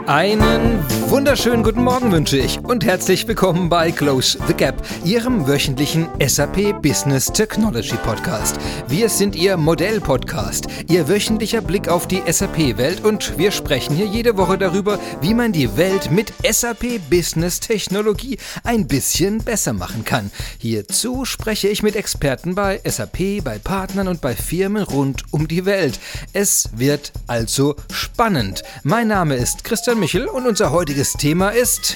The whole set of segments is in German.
Einen wunderschönen guten Morgen wünsche ich und herzlich willkommen bei Close the Gap, Ihrem wöchentlichen SAP Business Technology Podcast. Wir sind Ihr Modell-Podcast, Ihr wöchentlicher Blick auf die SAP-Welt und wir sprechen hier jede Woche darüber, wie man die Welt mit SAP Business Technologie ein bisschen besser machen kann. Hierzu spreche ich mit Experten bei SAP, bei Partnern und bei Firmen rund um die Welt. Es wird also spannend. Mein Name ist Christian Michel und unser heutiges Thema ist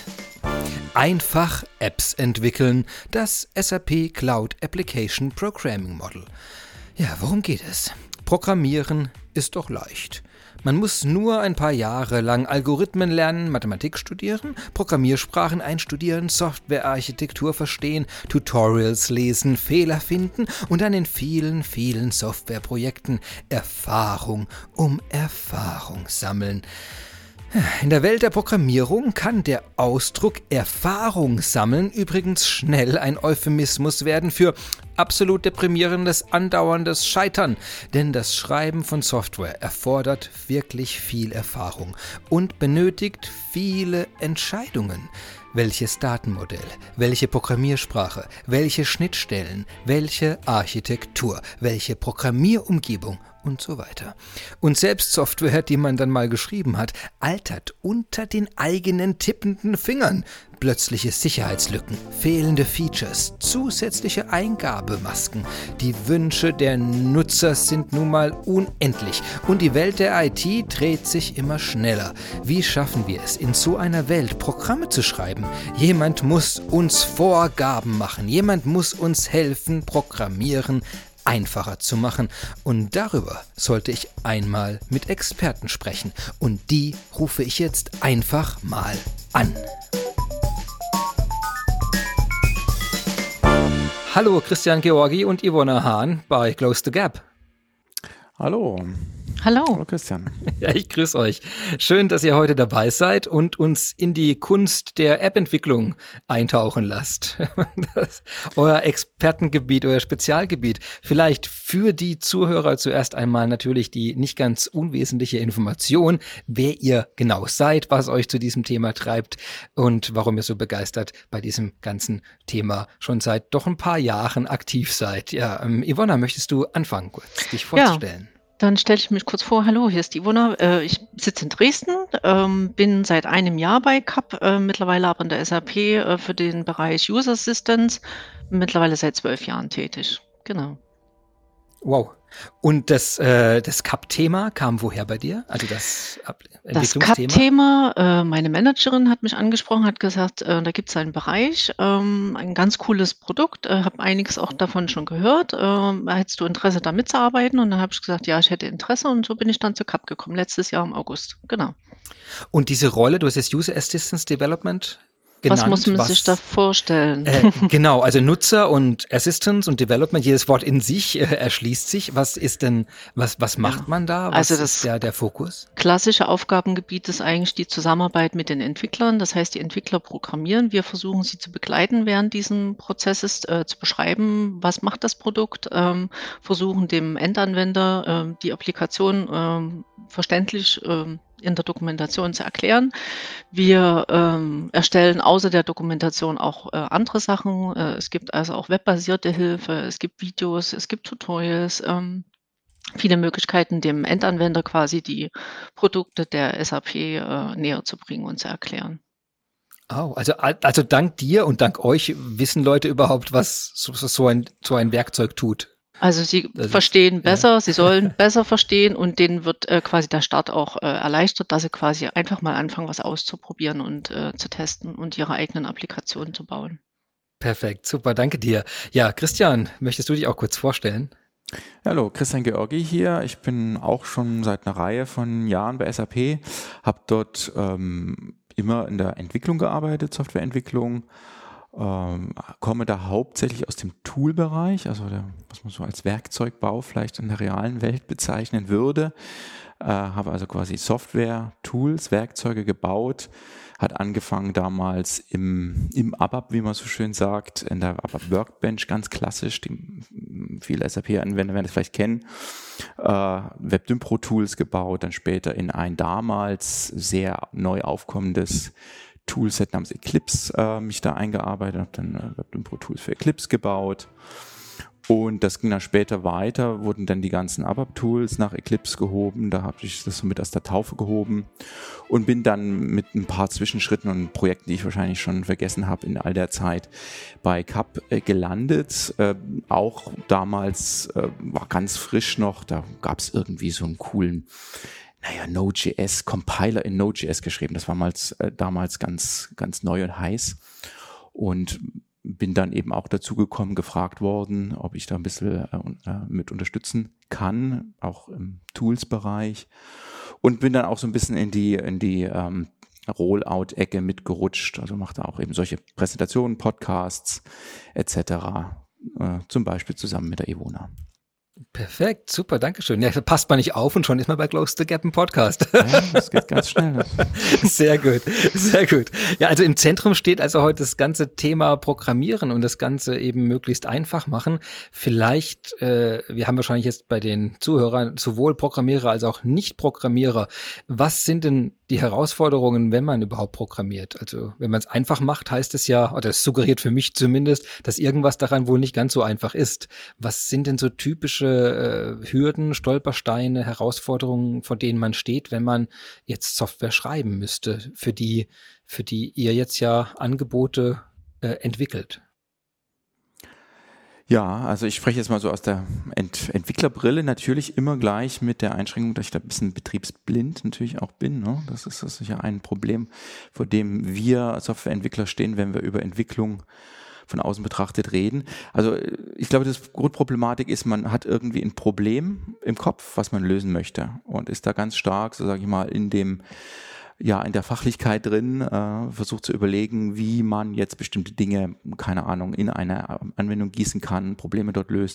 einfach Apps entwickeln, das SAP Cloud Application Programming Model. Ja, worum geht es? Programmieren ist doch leicht. Man muss nur ein paar Jahre lang Algorithmen lernen, Mathematik studieren, Programmiersprachen einstudieren, Softwarearchitektur verstehen, Tutorials lesen, Fehler finden und dann in vielen, vielen Softwareprojekten Erfahrung um Erfahrung sammeln. In der Welt der Programmierung kann der Ausdruck Erfahrung sammeln übrigens schnell ein Euphemismus werden für absolut deprimierendes, andauerndes Scheitern. Denn das Schreiben von Software erfordert wirklich viel Erfahrung und benötigt viele Entscheidungen. Welches Datenmodell, welche Programmiersprache, welche Schnittstellen, welche Architektur, welche Programmierumgebung und so weiter. Und selbst Software, die man dann mal geschrieben hat, altert unter den eigenen tippenden Fingern. Plötzliche Sicherheitslücken, fehlende Features, zusätzliche Eingabemasken. Die Wünsche der Nutzer sind nun mal unendlich und die Welt der IT dreht sich immer schneller. Wie schaffen wir es, in so einer Welt Programme zu schreiben? Jemand muss uns Vorgaben machen, jemand muss uns helfen, Programmieren einfacher zu machen. Und darüber sollte ich einmal mit Experten sprechen. Und die rufe ich jetzt einfach mal an. Hallo Christian Georgi und Yvonne Hahn bei Close the Gap. Hallo. Hallo Christian. Ja, ich grüße euch. Schön, dass ihr heute dabei seid und uns in die Kunst der App-Entwicklung eintauchen lasst. Euer Expertengebiet, euer Spezialgebiet. Vielleicht für die Zuhörer zuerst einmal natürlich die nicht ganz unwesentliche Information, wer ihr genau seid, was euch zu diesem Thema treibt und warum ihr so begeistert bei diesem ganzen Thema schon seit doch ein paar Jahren aktiv seid. Ja, Yvonne, möchtest du anfangen, kurz dich vorzustellen? Ja. Dann stelle ich mich kurz vor. Hallo, hier ist die Yvonne. Ich sitze in Dresden, bin seit einem Jahr bei CAP, mittlerweile aber in der SAP für den Bereich User Assistance, mittlerweile seit 12 Jahren tätig. Genau. Wow. Und das CAP-Thema kam woher bei dir? Also das Entwicklungsthema? Das CAP-Thema, meine Managerin hat mich angesprochen, hat gesagt, da gibt es einen Bereich, ein ganz cooles Produkt, habe einiges auch davon schon gehört. Hättest du Interesse, da mitzuarbeiten? Und dann habe ich gesagt, ja, ich hätte Interesse und so bin ich dann zu CAP gekommen, letztes Jahr im August. Genau. Und diese Rolle, du hast jetzt User Assistance Development genannt. Was muss man sich da vorstellen? Genau, also Nutzer und Assistance und Development, jedes Wort in sich erschließt sich. Was ist denn, was macht man da? Was Also ist der Fokus? Klassische Aufgabengebiet ist eigentlich die Zusammenarbeit mit den Entwicklern. Das heißt, die Entwickler programmieren. Wir versuchen, sie zu begleiten während dieses Prozesses, zu beschreiben, was macht das Produkt, versuchen dem Endanwender die Applikation verständlich in der Dokumentation zu erklären. Wir erstellen außer der Dokumentation auch andere Sachen. Es gibt also auch webbasierte Hilfe, es gibt Videos, es gibt Tutorials, viele Möglichkeiten, dem Endanwender quasi die Produkte der SAP näher zu bringen und zu erklären. Oh, also dank dir und dank euch wissen Leute überhaupt, was so ein Werkzeug tut. Also sie verstehen besser, sie sollen besser verstehen und denen wird quasi der Start auch erleichtert, dass sie quasi einfach mal anfangen, was auszuprobieren und zu testen und ihre eigenen Applikationen zu bauen. Perfekt, super, danke dir. Ja, Christian, möchtest du dich auch kurz vorstellen? Hallo, Christian Georgi hier. Ich bin auch schon seit einer Reihe von Jahren bei SAP, habe dort immer in der Entwicklung gearbeitet, Softwareentwicklung, komme da hauptsächlich aus dem Tool-Bereich, also was man so als Werkzeugbau vielleicht in der realen Welt bezeichnen würde. habe also quasi Software, Tools, Werkzeuge gebaut, hat angefangen damals im ABAP, wie man so schön sagt, in der ABAP Workbench, ganz klassisch, die viele SAP-Anwender werden das vielleicht kennen, WebDynPro-Tools gebaut, dann später in ein damals sehr neu aufkommendes Toolset namens Eclipse mich da eingearbeitet, habe dann WebDynPro-Tools für Eclipse gebaut. Und das ging dann später weiter, wurden dann die ganzen ABAP-Tools nach Eclipse gehoben, da habe ich das so mit aus der Taufe gehoben und bin dann mit ein paar Zwischenschritten und Projekten, die ich wahrscheinlich schon vergessen habe in all der Zeit, bei CAP gelandet. Auch damals war ganz frisch noch, da gab es irgendwie so einen coolen Node.js-Compiler in Node.js geschrieben. Das war damals ganz, ganz neu und heiß. Und bin dann eben auch dazu gekommen, gefragt worden, ob ich da ein bisschen mit unterstützen kann, auch im Tools-Bereich. Und bin dann auch so ein bisschen in die Rollout-Ecke mitgerutscht. Also machte auch eben solche Präsentationen, Podcasts etc. Zum Beispiel zusammen mit der Ivona. Perfekt, super, dankeschön. Ja, passt man nicht auf und schon ist man bei Close the Gap im Podcast. Ja, das geht ganz schnell. Sehr gut, sehr gut. Ja, also im Zentrum steht also heute das ganze Thema Programmieren und das Ganze eben möglichst einfach machen. Vielleicht, wir haben wahrscheinlich jetzt bei den Zuhörern sowohl Programmierer als auch Nicht-Programmierer. Was sind denn die Herausforderungen, wenn man überhaupt programmiert? Also wenn man es einfach macht, heißt es ja, oder es suggeriert für mich zumindest, dass irgendwas daran wohl nicht ganz so einfach ist. Was sind denn so typische Hürden, Stolpersteine, Herausforderungen, vor denen man steht, wenn man jetzt Software schreiben müsste, für die ihr jetzt ja Angebote entwickelt? Ja, also ich spreche jetzt mal so aus der Entwicklerbrille, natürlich immer gleich mit der Einschränkung, dass ich da ein bisschen betriebsblind natürlich auch bin. Ne? Das ist sicher ein Problem, vor dem wir Softwareentwickler stehen, wenn wir über Entwicklung von außen betrachtet reden. Also ich glaube, das Grundproblematik ist, man hat irgendwie ein Problem im Kopf, was man lösen möchte und ist da ganz stark, so sage ich mal, in der Fachlichkeit drin, versucht zu überlegen, wie man jetzt bestimmte Dinge, keine Ahnung, in eine Anwendung gießen kann, Probleme dort löst.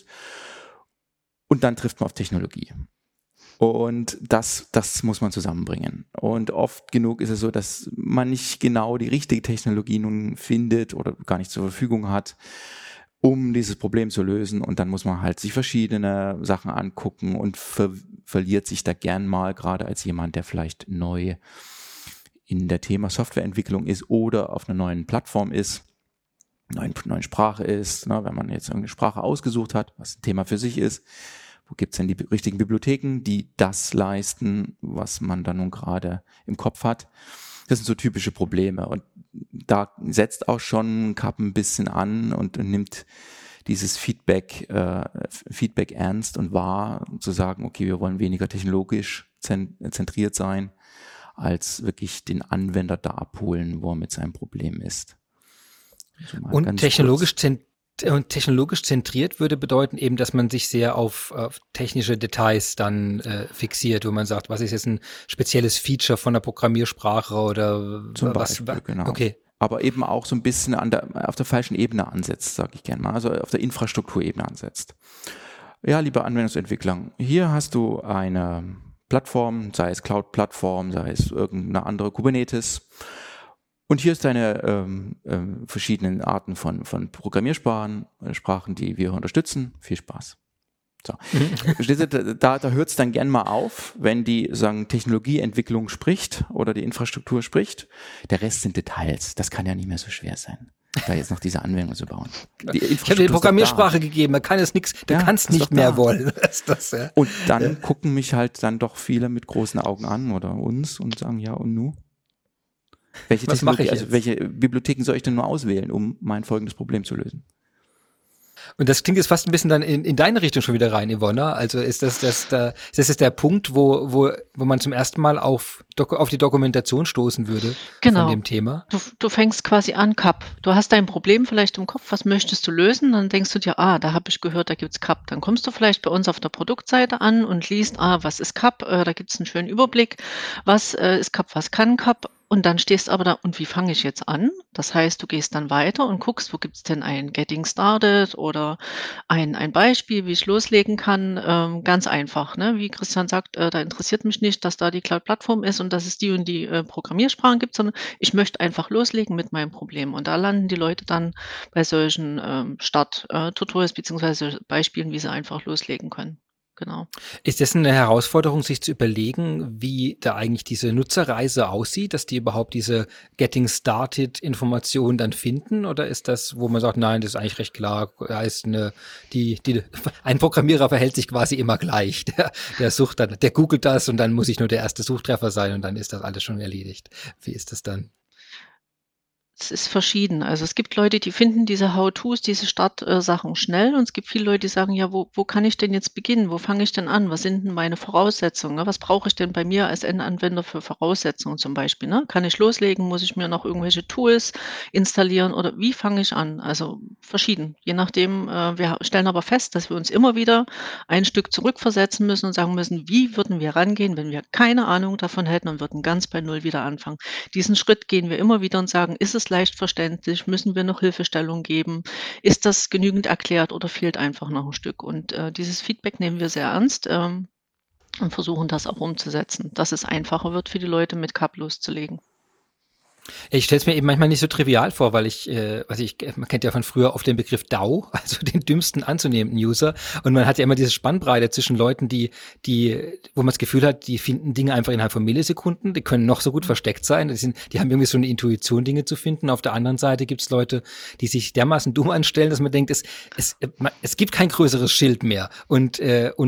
Und dann trifft man auf Technologie. Und das muss man zusammenbringen. Und oft genug ist es so, dass man nicht genau die richtige Technologie nun findet oder gar nicht zur Verfügung hat, um dieses Problem zu lösen. Und dann muss man halt sich verschiedene Sachen angucken und verliert sich da gern mal, gerade als jemand, der vielleicht neu in der Thema Softwareentwicklung ist oder auf einer neuen Plattform ist, neuen Sprache ist, ne, wenn man jetzt irgendeine Sprache ausgesucht hat, was ein Thema für sich ist, wo gibt es denn die richtigen Bibliotheken, die das leisten, was man da nun gerade im Kopf hat. Das sind so typische Probleme und da setzt auch schon CAP ein bisschen an und nimmt dieses Feedback ernst und wahr, zu sagen, okay, wir wollen weniger technologisch zentriert sein, als wirklich den Anwender da abholen, wo er mit seinem Problem ist. Also und technologisch zentriert würde bedeuten eben, dass man sich sehr auf technische Details dann fixiert, wo man sagt, was ist jetzt ein spezielles Feature von der Programmiersprache oder zum was? Beispiel, genau. Okay. Aber eben auch so ein bisschen auf der falschen Ebene ansetzt, sage ich gerne mal, also auf der Infrastrukturebene ansetzt. Ja, lieber Anwendungsentwickler, hier hast du eine Plattform, sei es Cloud-Plattform, sei es irgendeine andere Kubernetes. Und hier ist deine verschiedenen Arten von Programmiersprachen, die wir unterstützen. Viel Spaß. So. Da hört es dann gern mal auf, wenn die Technologieentwicklung spricht oder die Infrastruktur spricht. Der Rest sind Details. Das kann ja nicht mehr so schwer sein, da jetzt noch diese Anwendung zu bauen. Ich habe dir die Programmiersprache gegeben, da kann es nichts, du kannst nicht mehr wollen. Ja. Und dann gucken mich halt dann doch viele mit großen Augen an oder uns und sagen, ja und nu? Was mache ich jetzt? Also welche Bibliotheken soll ich denn nur auswählen, um mein folgendes Problem zu lösen? Und das klingt jetzt fast ein bisschen dann in deine Richtung schon wieder rein, Yvonne. Also ist das der Punkt, wo man zum ersten Mal auf die Dokumentation stoßen würde von dem Thema? Du fängst quasi an, CAP. Du hast dein Problem vielleicht im Kopf, was möchtest du lösen? Dann denkst du dir, da habe ich gehört, da gibt's CAP. Dann kommst du vielleicht bei uns auf der Produktseite an und liest, was ist CAP? Da gibt's einen schönen Überblick. Was ist CAP? Was kann CAP? Und dann stehst du aber da, und wie fange ich jetzt an? Das heißt, du gehst dann weiter und guckst, wo gibt's denn ein Getting Started oder ein Beispiel, wie ich loslegen kann. Ganz einfach, ne? Wie Christian sagt, da interessiert mich nicht, dass da die Cloud-Plattform ist und dass es die und die Programmiersprachen gibt, sondern ich möchte einfach loslegen mit meinem Problem. Und da landen die Leute dann bei solchen Start-Tutorials beziehungsweise Beispielen, wie sie einfach loslegen können. Genau. Ist das eine Herausforderung, sich zu überlegen, wie da eigentlich diese Nutzerreise aussieht, dass die überhaupt diese Getting Started-Information dann finden? Oder ist das, wo man sagt, nein, das ist eigentlich recht klar, da ist ein Programmierer verhält sich quasi immer gleich. Der sucht dann, der googelt das und dann muss ich nur der erste Suchtreffer sein und dann ist das alles schon erledigt. Wie ist das dann? Es ist verschieden. Also, es gibt Leute, die finden diese How-tos, diese Startsachen schnell, und es gibt viele Leute, die sagen: „Ja, wo kann ich denn jetzt beginnen? Wo fange ich denn an? Was sind denn meine Voraussetzungen, ne? Was brauche ich denn bei mir als Endanwender für Voraussetzungen zum Beispiel, ne? Kann ich loslegen? Muss ich mir noch irgendwelche Tools installieren oder wie fange ich an?“ Also, verschieden, je nachdem. Wir stellen aber fest, dass wir uns immer wieder ein Stück zurückversetzen müssen und sagen müssen: „Wie würden wir rangehen, wenn wir keine Ahnung davon hätten und würden ganz bei Null wieder anfangen?“ Diesen Schritt gehen wir immer wieder und sagen: „Ist es leicht verständlich? Müssen wir noch Hilfestellung geben? Ist das genügend erklärt oder fehlt einfach noch 'n Stück?“ Und, dieses Feedback nehmen wir sehr ernst, und versuchen das auch umzusetzen, dass es einfacher wird für die Leute, mit CAP loszulegen. Ich stelle es mir eben manchmal nicht so trivial vor, weil man kennt ja von früher oft den Begriff DAO, also den dümmsten anzunehmenden User. Und man hat ja immer diese Spannbreite zwischen Leuten, wo man das Gefühl hat, die finden Dinge einfach innerhalb von Millisekunden, die können noch so gut versteckt sein, die haben irgendwie so eine Intuition, Dinge zu finden. Auf der anderen Seite gibt es Leute, die sich dermaßen dumm anstellen, dass man denkt, es gibt kein größeres Schild mehr. Und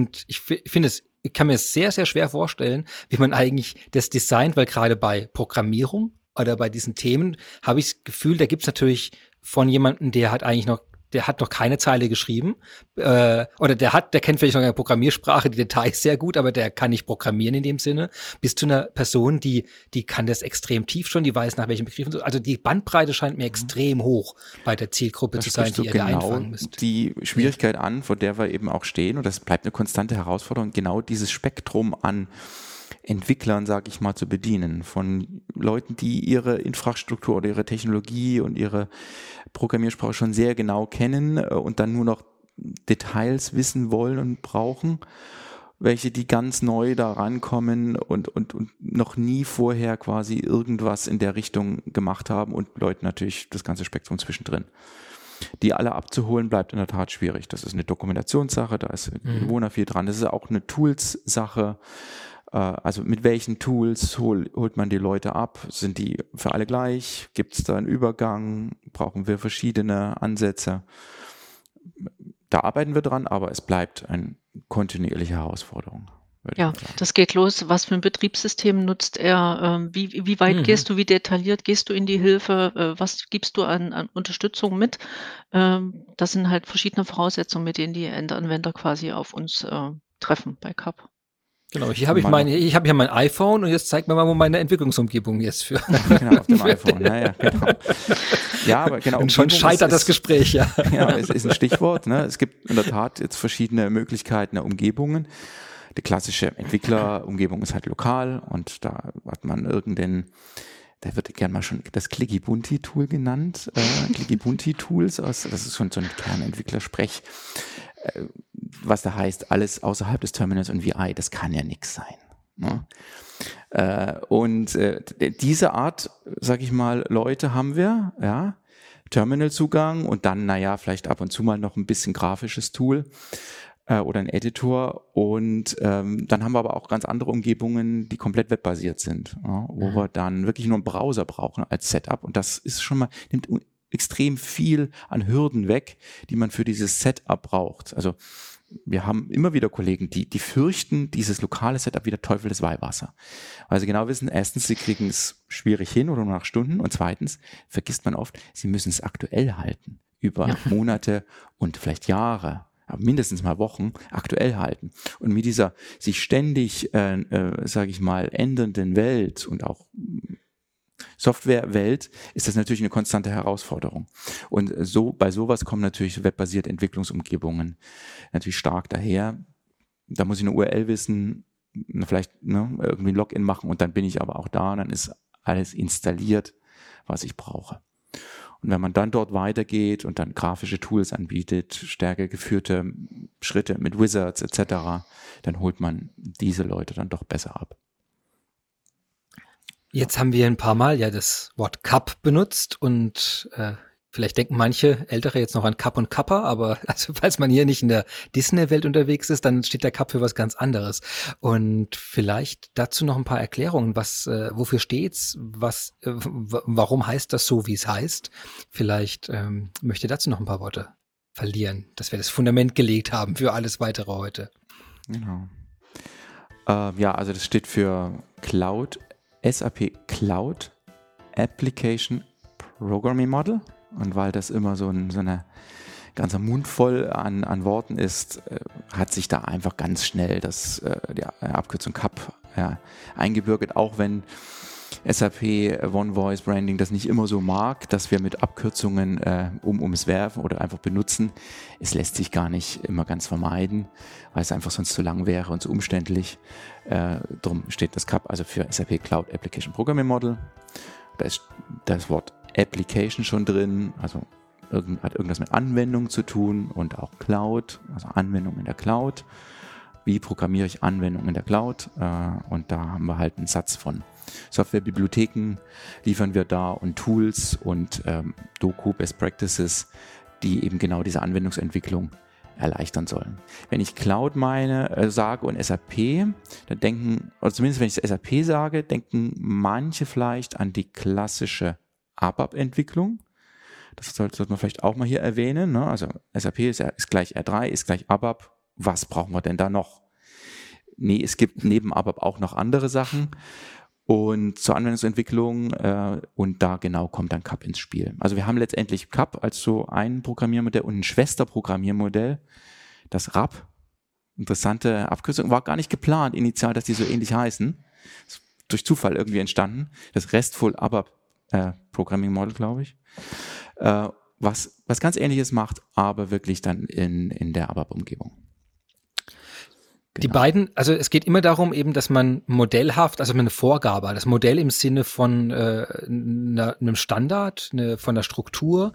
ich kann mir sehr, sehr schwer vorstellen, wie man eigentlich das designt, weil gerade bei Programmierung oder bei diesen Themen habe ich das Gefühl, da gibt's natürlich von jemandem, der hat noch keine Zeile geschrieben, oder der kennt vielleicht noch eine Programmiersprache, die Details sehr gut, aber der kann nicht programmieren in dem Sinne, bis zu einer Person, die kann das extrem tief schon, die weiß nach welchen Begriffen, also die Bandbreite scheint mir extrem hoch bei der Zielgruppe zu sein, die ihr da einfangen müsst. Die Schwierigkeit an, vor der wir eben auch stehen, und das bleibt eine konstante Herausforderung, genau dieses Spektrum an Entwicklern, sage ich mal, zu bedienen, von Leuten, die ihre Infrastruktur oder ihre Technologie und ihre Programmiersprache schon sehr genau kennen und dann nur noch Details wissen wollen und brauchen, welche die ganz neu da rankommen und noch nie vorher quasi irgendwas in der Richtung gemacht haben, und Leuten natürlich das ganze Spektrum zwischendrin. Die alle abzuholen, bleibt in der Tat schwierig. Das ist eine Dokumentationssache, da ist Bewohner viel dran. Das ist auch eine Tools-Sache. Also mit welchen Tools holt man die Leute ab? Sind die für alle gleich? Gibt es da einen Übergang? Brauchen wir verschiedene Ansätze? Da arbeiten wir dran, aber es bleibt eine kontinuierliche Herausforderung. Ja, das geht los. Was für ein Betriebssystem nutzt er? Wie weit gehst du, wie detailliert gehst du in die Hilfe? Was gibst du an Unterstützung mit? Das sind halt verschiedene Voraussetzungen, mit denen die Endanwender quasi auf uns treffen bei CAP. Genau, ich habe ja mein iPhone und jetzt zeigt mir mal, wo meine Entwicklungsumgebung jetzt für. Genau, auf dem iPhone, ja, genau. Ja, aber genau. Und schon scheitert das Gespräch, ja. Ja, es ist ein Stichwort, ne? Es gibt in der Tat jetzt verschiedene Möglichkeiten der Umgebungen. Die klassische Entwicklerumgebung ist halt lokal, und da hat man da wird gerne mal schon das Clicky-Bunti-Tool genannt. Clicky-Bunti-Tools, das ist schon so ein Kernentwicklersprech. Was da heißt, alles außerhalb des Terminals und VI, das kann ja nichts sein. Ne? Diese Art, sag ich mal, Leute haben wir, ja, Terminalzugang und dann, vielleicht ab und zu mal noch ein bisschen grafisches Tool oder ein Editor, und dann haben wir aber auch ganz andere Umgebungen, die komplett webbasiert sind, ja, wo wir dann wirklich nur einen Browser brauchen als Setup, und das ist schon mal, nimmt extrem viel an Hürden weg, die man für dieses Setup braucht. Also wir haben immer wieder Kollegen, die fürchten dieses lokale Setup wie der Teufel des Weihwasser. Weil sie genau wissen, erstens, sie kriegen es schwierig hin oder nur nach Stunden, und zweitens, vergisst man oft, sie müssen es aktuell halten. Über Monate und vielleicht Jahre, aber mindestens mal Wochen aktuell halten. Und mit dieser sich ständig, sage ich mal, ändernden Welt und auch Softwarewelt ist das natürlich eine konstante Herausforderung. Und bei sowas kommen natürlich webbasierte Entwicklungsumgebungen natürlich stark daher. Da muss ich eine URL wissen, vielleicht irgendwie ein Login machen, und dann bin ich aber auch da, und dann ist alles installiert, was ich brauche. Und wenn man dann dort weitergeht und dann grafische Tools anbietet, stärker geführte Schritte mit Wizards etc., dann holt man diese Leute dann doch besser ab. Jetzt haben wir ein paar Mal ja das Wort Cup benutzt und vielleicht denken manche Ältere jetzt noch an Cup und Kappa, aber also falls man hier nicht in der Disney-Welt unterwegs ist, dann steht der Cup für was ganz anderes. Und vielleicht dazu noch ein paar Erklärungen, wofür steht's, warum heißt das so, wie es heißt? Vielleicht möchte dazu noch ein paar Worte verlieren, dass wir das Fundament gelegt haben für alles weitere heute. Genau. Also das steht für Cloud, SAP Cloud Application Programming Model. Und weil das immer so eine ganzer Mund voll an Worten ist, hat sich da einfach ganz schnell die Abkürzung CAP eingebürgert, auch wenn SAP One Voice Branding das nicht immer so mag, dass wir mit Abkürzungen ums werfen oder einfach benutzen. Es lässt sich gar nicht immer ganz vermeiden, weil es einfach sonst zu lang wäre und zu umständlich. Darum steht das CAP also für SAP Cloud Application Programming Model. Da ist das Wort Application schon drin, also hat irgendwas mit Anwendung zu tun und auch Cloud, also Anwendung in der Cloud. Wie programmiere ich Anwendungen in der Cloud? Und da haben wir halt einen Satz von Softwarebibliotheken, liefern wir da und Tools und Doku Best Practices, die eben genau diese Anwendungsentwicklung erleichtern sollen. Wenn ich Cloud sage und SAP, dann denken, oder zumindest wenn ich SAP sage, denken manche vielleicht an die klassische ABAP-Entwicklung. Das sollte man vielleicht auch mal hier erwähnen. Ne? Also SAP ist gleich R3, ist gleich ABAP. Was brauchen wir denn da noch? Nee, es gibt neben ABAP auch noch andere Sachen. Und zur Anwendungsentwicklung und da genau kommt dann CAP ins Spiel. Also wir haben letztendlich CAP als so ein Programmiermodell und ein Schwesterprogrammiermodell, das RAP. Interessante Abkürzung, war gar nicht geplant initial, dass die so ähnlich heißen. Ist durch Zufall irgendwie entstanden. Das RESTful ABAP Programming Model, glaube ich. Was ganz Ähnliches macht, aber wirklich dann in der ABAP-Umgebung. Die beiden, also es geht immer darum eben, dass man modellhaft, also eine Vorgabe, das Modell im Sinne von einem Standard, von der Struktur.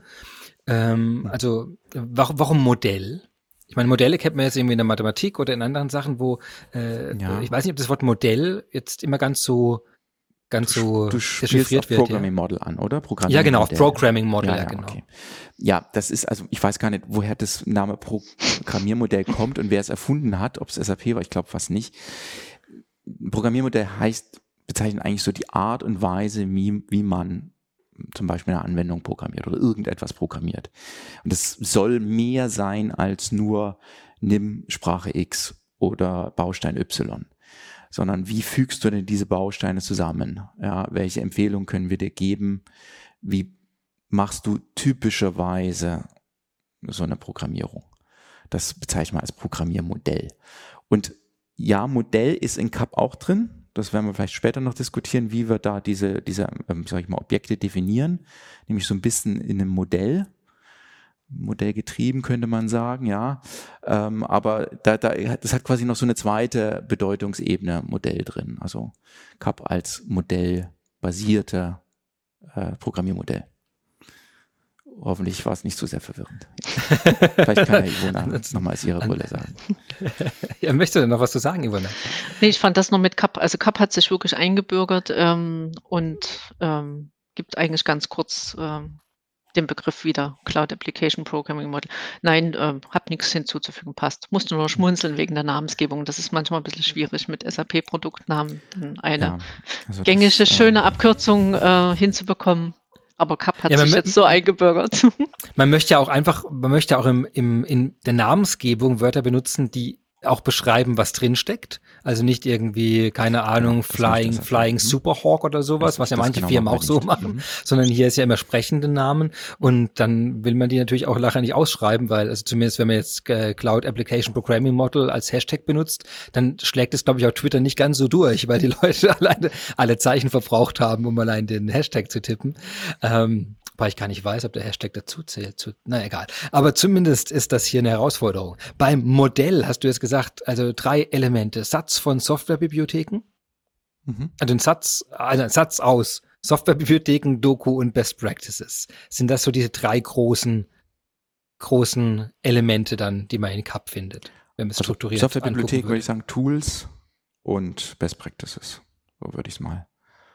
Also warum Modell? Ich meine, Modelle kennt man jetzt irgendwie in der Mathematik oder in anderen Sachen, wo ich weiß nicht, ob das Wort Modell jetzt immer ganz so du spielst auf Programming Model an, oder? Ja, genau, auf Programming Model, ja, genau. Okay. Ja, das ist, also ich weiß gar nicht, woher das Name Programmiermodell kommt und wer es erfunden hat, ob es SAP war, ich glaube fast nicht. Programmiermodell bezeichnet eigentlich so die Art und Weise, wie man zum Beispiel eine Anwendung programmiert oder irgendetwas programmiert. Und das soll mehr sein als nur nimm Sprache X oder Baustein Y, sondern wie fügst du denn diese Bausteine zusammen? Ja, welche Empfehlungen können wir dir geben? Wie machst du typischerweise so eine Programmierung? Das bezeichnen wir als Programmiermodell. Und ja, Modell ist in CAP auch drin. Das werden wir vielleicht später noch diskutieren, wie wir da diese sag ich mal, Objekte definieren. Nämlich so ein bisschen in einem Modellgetrieben könnte man sagen, ja. Aber das hat quasi noch so eine zweite Bedeutungsebene Modell drin. Also CAP als modellbasierte Programmiermodell. Hoffentlich war es nicht zu sehr verwirrend. Vielleicht kann Ivona nochmal als ihre Brille sagen. Ja, möchtest du noch was zu sagen, Ivona? Nee, ich fand das noch mit CAP, also CAP hat sich wirklich eingebürgert und gibt eigentlich ganz kurz den Begriff wieder, Cloud Application Programming Model. Nein, hab nichts hinzuzufügen, passt. Musste nur schmunzeln wegen der Namensgebung. Das ist manchmal ein bisschen schwierig mit SAP-Produktnamen, eine gängige, schöne Abkürzung hinzubekommen. Aber CAP hat sich jetzt so eingebürgert. Man möchte ja auch in der Namensgebung Wörter benutzen, die auch beschreiben, was drin steckt. Also nicht irgendwie, keine Ahnung, Flying Superhawk oder sowas, was ja manche Firmen auch so machen, sondern hier ist ja immer sprechende Namen und dann will man die natürlich auch nachher nicht ausschreiben, weil, also zumindest wenn man jetzt Cloud Application Programming Model als Hashtag benutzt, dann schlägt es, glaube ich, auf Twitter nicht ganz so durch, weil die Leute alleine alle Zeichen verbraucht haben, um allein den Hashtag zu tippen. Weil ich gar nicht weiß, ob der Hashtag dazu zählt. Na egal. Aber zumindest ist das hier eine Herausforderung. Beim Modell hast du jetzt gesagt, also 3 Elemente. Satz von Softwarebibliotheken. Also ein Satz aus Softwarebibliotheken, Doku und Best Practices. Sind das so diese 3 großen Elemente dann, die man in CAP findet, wenn man es strukturiert Softwarebibliothek würde ich sagen Tools und Best Practices. So würde ich es mal.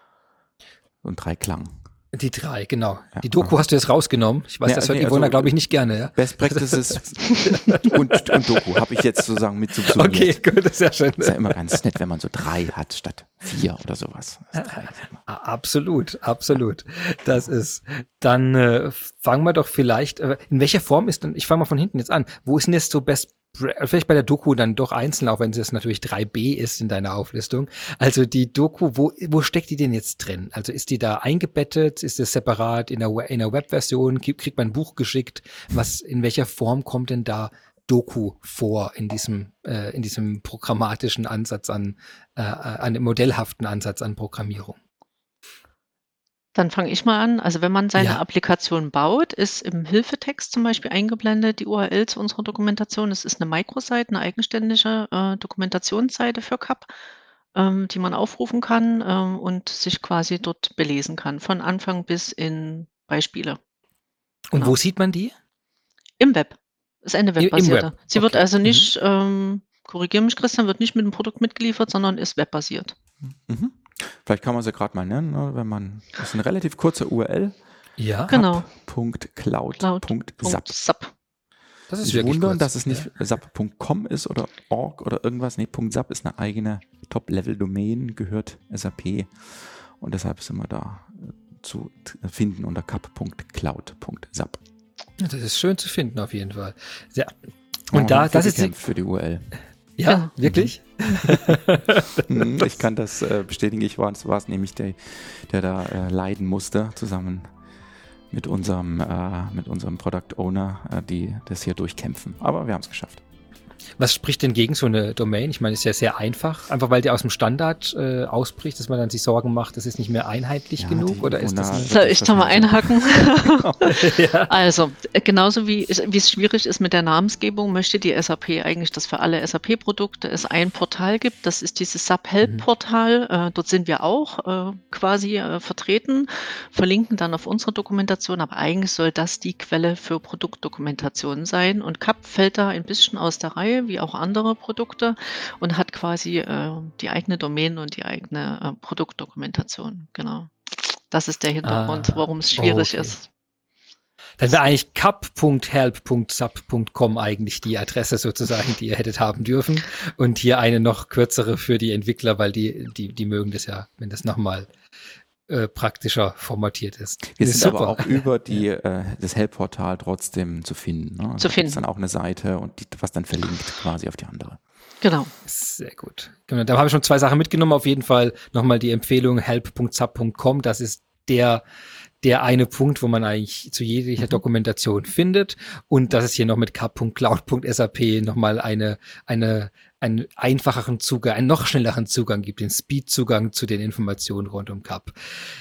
Und 3 Klang. Die 3, genau. Ja, die Doku hast du jetzt rausgenommen. Ich weiß, das hört Yvonne, glaube ich, nicht gerne. Ja? Best Practices und Doku habe ich jetzt sozusagen mit subsumiert. Okay, gut, das ist ja schön. Das ist ja immer ganz nett, wenn man so 3 hat statt 4 oder sowas. Absolut. Das ist. Dann fangen wir doch vielleicht, in welcher Form ist denn, ich fange mal von hinten jetzt an, wo ist denn jetzt so vielleicht bei der Doku dann doch einzeln, auch wenn es natürlich 3b ist in deiner Auflistung. Also die Doku, wo steckt die denn jetzt drin? Also ist die da eingebettet? Ist es separat in der Webversion? Kriegt man ein Buch geschickt? In welcher Form kommt denn da Doku vor in diesem programmatischen Ansatz an dem modellhaften Ansatz an Programmierung? Dann fange ich mal an. Also wenn man seine Applikation baut, ist im Hilfetext zum Beispiel eingeblendet die URL zu unserer Dokumentation. Es ist eine Microsite, eine eigenständige Dokumentationsseite für CAP, die man aufrufen kann und sich quasi dort belesen kann, von Anfang bis in Beispiele. Und wo sieht man die? Im Web. Ist eine webbasierte. Web. Sie wird also nicht, korrigiere mich Christian, wird nicht mit dem Produkt mitgeliefert, sondern ist webbasiert. Mhm. Vielleicht kann man sie gerade mal nennen, ne, das ist eine relativ kurze URL. Ja. Genau. .cloud.sap. Das ist nicht wirklich wundern, kurz. dass es nicht sap.com ist oder org oder irgendwas. Nee, .sap ist eine eigene Top-Level-Domain, gehört SAP. Und deshalb sind wir da zu finden unter cap.cloud.sap. Das ist schön zu finden auf jeden Fall. Ja. Und das ist für die URL. Ja, wirklich? Ich kann das bestätigen. Ich war es nämlich, der da leiden musste, zusammen mit unserem Product Owner, die das hier durchkämpfen. Aber wir haben es geschafft. Was spricht denn gegen so eine Domain? Ich meine, es ist ja sehr einfach. Einfach weil die aus dem Standard ausbricht, dass man dann sich Sorgen macht, das ist nicht mehr einheitlich genug? Oder ist das Soll ich da mal einhaken? Also, genauso wie es schwierig ist mit der Namensgebung, möchte die SAP eigentlich, dass für alle SAP-Produkte es ein Portal gibt. Das ist dieses SAP-Help-Portal. Dort sind wir auch quasi vertreten, verlinken dann auf unsere Dokumentation. Aber eigentlich soll das die Quelle für Produktdokumentationen sein. Und CAP fällt da ein bisschen aus der Reihe, wie auch andere Produkte, und hat quasi die eigene Domain und die eigene Produktdokumentation. Genau. Das ist der Hintergrund, warum es schwierig ist. Dann wäre eigentlich cap.help.sap.com eigentlich die Adresse sozusagen, die ihr hättet haben dürfen. Und hier eine noch kürzere für die Entwickler, weil die mögen das ja, wenn das nochmal praktischer formatiert ist. Wir sind aber auch über das Help-Portal trotzdem zu finden. Ne? Also ist dann auch eine Seite und was dann verlinkt quasi auf die andere. Genau. Sehr gut. Genau, da habe ich schon 2 Sachen mitgenommen. Auf jeden Fall nochmal die Empfehlung help.sap.com. Das ist der eine Punkt, wo man eigentlich zu jeglicher Dokumentation findet. Und dass es hier noch mit cap.cloud.sap nochmal einen einfacheren Zugang, einen noch schnelleren Zugang gibt, den Speed-Zugang zu den Informationen rund um CAP.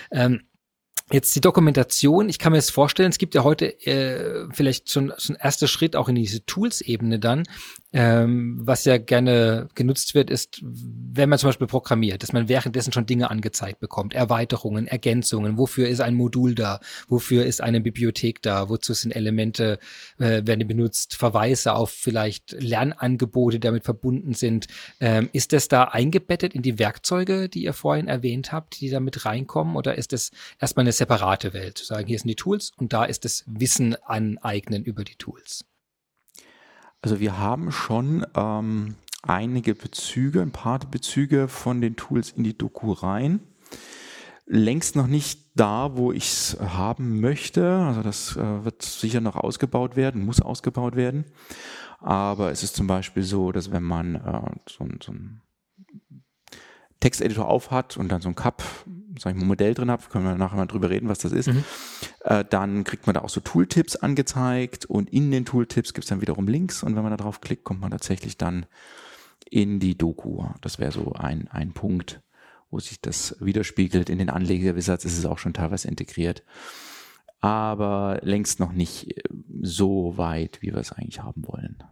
Jetzt die Dokumentation, ich kann mir das vorstellen, es gibt ja heute vielleicht schon ein erster Schritt auch in diese Tools-Ebene dann, was ja gerne genutzt wird, ist, wenn man zum Beispiel programmiert, dass man währenddessen schon Dinge angezeigt bekommt, Erweiterungen, Ergänzungen, wofür ist ein Modul da, wofür ist eine Bibliothek da, wozu sind Elemente, werden benutzt, Verweise auf vielleicht Lernangebote, die damit verbunden sind. Ist das da eingebettet in die Werkzeuge, die ihr vorhin erwähnt habt, die da mit reinkommen, oder ist das erstmal eine separate Welt, zu sagen, hier sind die Tools und da ist das Wissen aneignen über die Tools? Also wir haben schon einige Bezüge, ein paar Bezüge von den Tools in die Doku rein. Längst noch nicht da, wo ich es haben möchte. Also das wird sicher noch ausgebaut werden, muss ausgebaut werden. Aber es ist zum Beispiel so, dass wenn man so ein Texteditor auf hat und dann so ein CAP, sag ich mal, Modell drin hat, können wir nachher mal drüber reden, was das ist, dann kriegt man da auch so Tooltips angezeigt und in den Tooltips gibt es dann wiederum Links und wenn man da drauf klickt, kommt man tatsächlich dann in die Doku. Das wäre so ein Punkt, wo sich das widerspiegelt. In den Anlegerwizards ist es auch schon teilweise integriert, aber längst noch nicht so weit, wie wir es eigentlich haben wollen.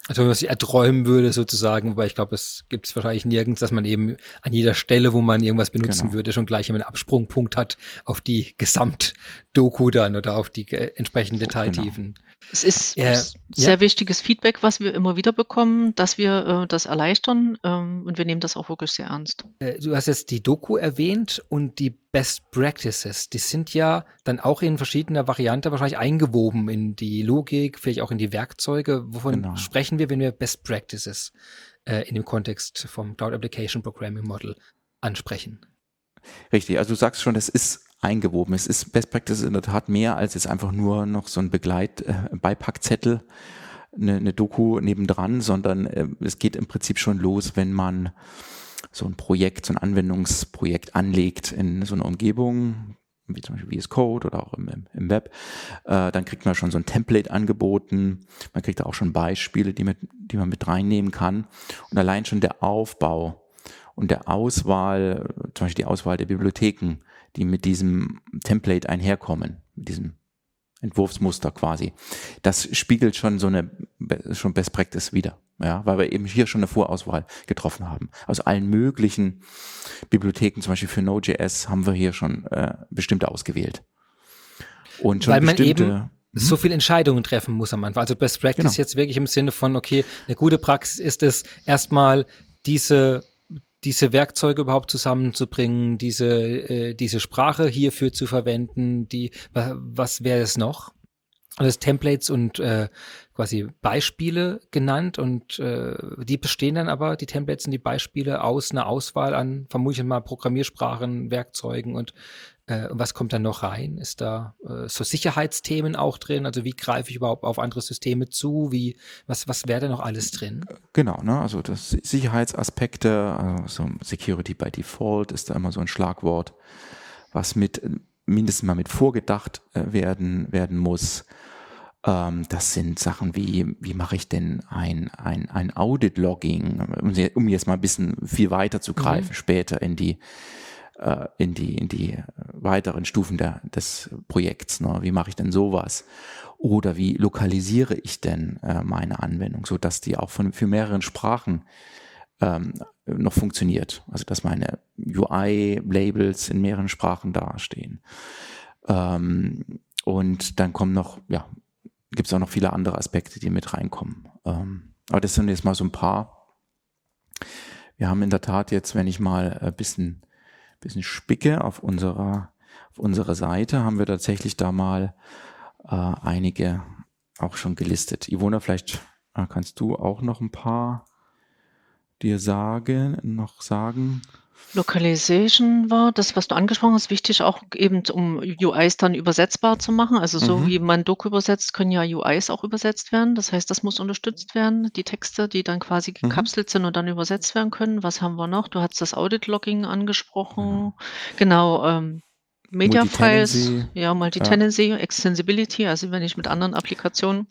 Also wenn man sich erträumen würde sozusagen, wobei ich glaube, es gibt es wahrscheinlich nirgends, dass man eben an jeder Stelle, wo man irgendwas benutzen Genau. würde, schon gleich einen Absprungpunkt hat auf die Gesamtdoku dann oder auf die entsprechenden Detailtiefen. Es ist Ja. sehr wichtiges Feedback, was wir immer wieder bekommen, dass wir das erleichtern, und wir nehmen das auch wirklich sehr ernst. Du hast jetzt die Doku erwähnt und die Best Practices. Die sind ja dann auch in verschiedener Variante wahrscheinlich eingewoben in die Logik, vielleicht auch in die Werkzeuge. Wovon sprechen wir, wenn wir Best Practices in dem Kontext vom Cloud Application Programming Model ansprechen? Richtig, also du sagst schon, das ist eingewoben. Es ist Best Practices in der Tat mehr als jetzt einfach nur noch so ein Beipackzettel, eine Doku nebendran, sondern es geht im Prinzip schon los, wenn man so ein Projekt, so ein Anwendungsprojekt anlegt in so einer Umgebung, wie zum Beispiel VS Code oder auch im Web, dann kriegt man schon so ein Template angeboten, man kriegt da auch schon Beispiele, die man mit reinnehmen kann, und allein schon der Aufbau und der Auswahl, zum Beispiel die Auswahl der Bibliotheken, die mit diesem Template einherkommen, mit diesem Entwurfsmuster quasi, das spiegelt schon schon Best Practice wider, ja, weil wir eben hier schon eine Vorauswahl getroffen haben. Aus allen möglichen Bibliotheken, zum Beispiel für Node.js, haben wir hier schon bestimmte ausgewählt. Und schon weil man eben so viele Entscheidungen treffen muss am Anfang. Also Best Practice jetzt wirklich im Sinne von, okay, eine gute Praxis ist es, erstmal diese Werkzeuge überhaupt zusammenzubringen, diese Sprache hierfür zu verwenden, was wäre es noch? Also Templates und quasi Beispiele genannt, und die bestehen dann aber, die Templates und die Beispiele, aus einer Auswahl an vermutlich mal Programmiersprachen, Werkzeugen, und was kommt dann noch rein? Ist da so Sicherheitsthemen auch drin? Also wie greife ich überhaupt auf andere Systeme zu? Was wäre da noch alles drin? Genau, ne? Also das Sicherheitsaspekte, also Security by Default ist da immer so ein Schlagwort, was mindestens mal mit vorgedacht werden muss. Das sind Sachen wie mache ich denn ein Audit-Logging, um jetzt mal ein bisschen viel weiter zu greifen, später in die weiteren Stufen des Projekts. Ne? Wie mache ich denn sowas? Oder wie lokalisiere ich denn meine Anwendung, sodass die auch für mehrere Sprachen noch funktioniert. Also dass meine UI-Labels in mehreren Sprachen dastehen. Und dann gibt es auch noch viele andere Aspekte, die mit reinkommen. Aber das sind jetzt mal so ein paar. Wir haben in der Tat jetzt, wenn ich mal ein bisschen spicke auf unserer Seite, haben wir tatsächlich da mal einige auch schon gelistet. Ivona, vielleicht kannst du auch noch ein paar dir sagen. Localization war das, was du angesprochen hast, wichtig auch eben, um UIs dann übersetzbar zu machen. Also so wie man Doku übersetzt, können ja UIs auch übersetzt werden. Das heißt, das muss unterstützt werden, die Texte, die dann quasi gekapselt sind und dann übersetzt werden können. Was haben wir noch? Du hast das Audit-Logging angesprochen. Genau, Media-Files, Multi-Tenancy, Extensibility, also wenn ich mit anderen Applikationen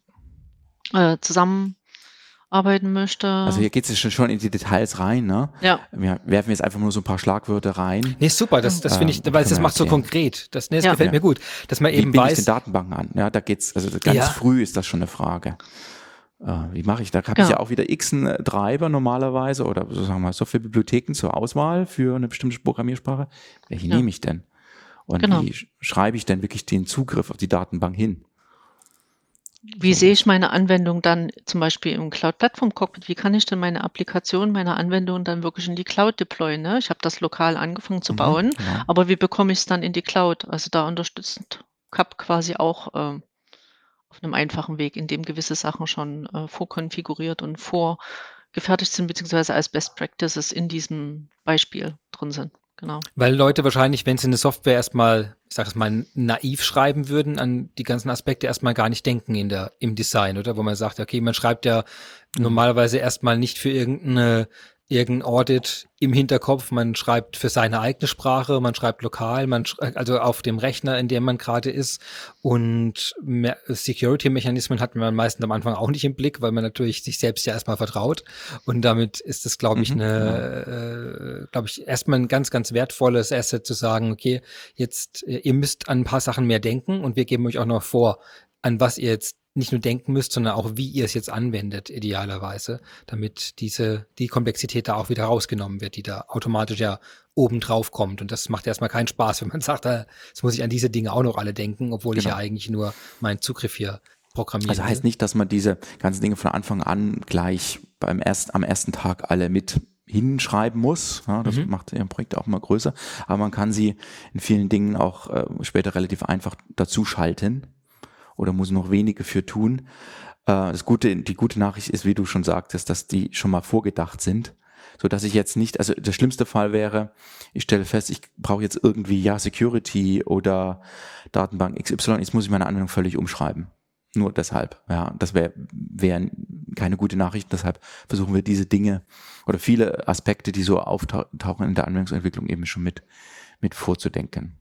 zusammenarbeiten möchte. Also hier geht es schon in die Details rein, ne? Ja. Wir werfen jetzt einfach nur so ein paar Schlagwörter rein. Nee, super, das finde ich, weil das macht so konkret. Das gefällt mir gut, dass man eben weiß. Wie binde ich den Datenbanken an? Ja, da geht's, also ganz früh ist das schon eine Frage. Wie mache ich? Da habe ich ja auch wieder x Treiber normalerweise oder so, sagen wir mal, Softwarebibliotheken zur Auswahl für eine bestimmte Programmiersprache. Welche nehme ich denn? Und wie schreibe ich denn wirklich den Zugriff auf die Datenbank hin? Wie sehe ich meine Anwendung dann zum Beispiel im Cloud Platform Cockpit? Wie kann ich denn meine Applikation, meine Anwendung dann wirklich in die Cloud deployen? Ne? Ich habe das lokal angefangen zu bauen, aber wie bekomme ich es dann in die Cloud? Also da unterstützt CAP quasi auch auf einem einfachen Weg, in dem gewisse Sachen schon vorkonfiguriert und vorgefertigt sind, beziehungsweise als Best Practices in diesem Beispiel drin sind. Genau. Weil Leute wahrscheinlich, wenn sie eine Software erstmal, ich sage es mal, naiv schreiben würden, an die ganzen Aspekte erstmal gar nicht denken im Design, oder? Wo man sagt, okay, man schreibt ja normalerweise erstmal nicht für irgendein Audit im Hinterkopf, man schreibt für seine eigene Sprache, man schreibt lokal, also auf dem Rechner, in dem man gerade ist, und Security-Mechanismen hat man meistens am Anfang auch nicht im Blick, weil man natürlich sich selbst ja erstmal vertraut, und damit ist es, glaube ich, erstmal ein ganz, ganz wertvolles Asset zu sagen, okay, jetzt, ihr müsst an ein paar Sachen mehr denken und wir geben euch auch noch vor, an was ihr jetzt nicht nur denken müsst, sondern auch, wie ihr es jetzt anwendet, idealerweise, damit die Komplexität da auch wieder rausgenommen wird, die da automatisch ja oben drauf kommt. Und das macht erstmal keinen Spaß, wenn man sagt, jetzt muss ich an diese Dinge auch noch alle denken, obwohl ich ja eigentlich nur meinen Zugriff hier programmieren Also heißt nicht, dass man diese ganzen Dinge von Anfang an gleich am ersten Tag alle mit hinschreiben muss. Ja, das macht Ihr Projekt auch immer größer. Aber man kann sie in vielen Dingen auch später relativ einfach dazu schalten oder muss noch wenige für tun. Die gute Nachricht ist, wie du schon sagtest, dass die schon mal vorgedacht sind, so dass ich jetzt nicht, also der schlimmste Fall wäre, ich stelle fest, ich brauche jetzt irgendwie Security oder Datenbank XY, jetzt muss ich meine Anwendung völlig umschreiben. Nur deshalb, ja, das wäre keine gute Nachricht. Deshalb versuchen wir diese Dinge oder viele Aspekte, die so auftauchen in der Anwendungsentwicklung, eben schon mit vorzudenken.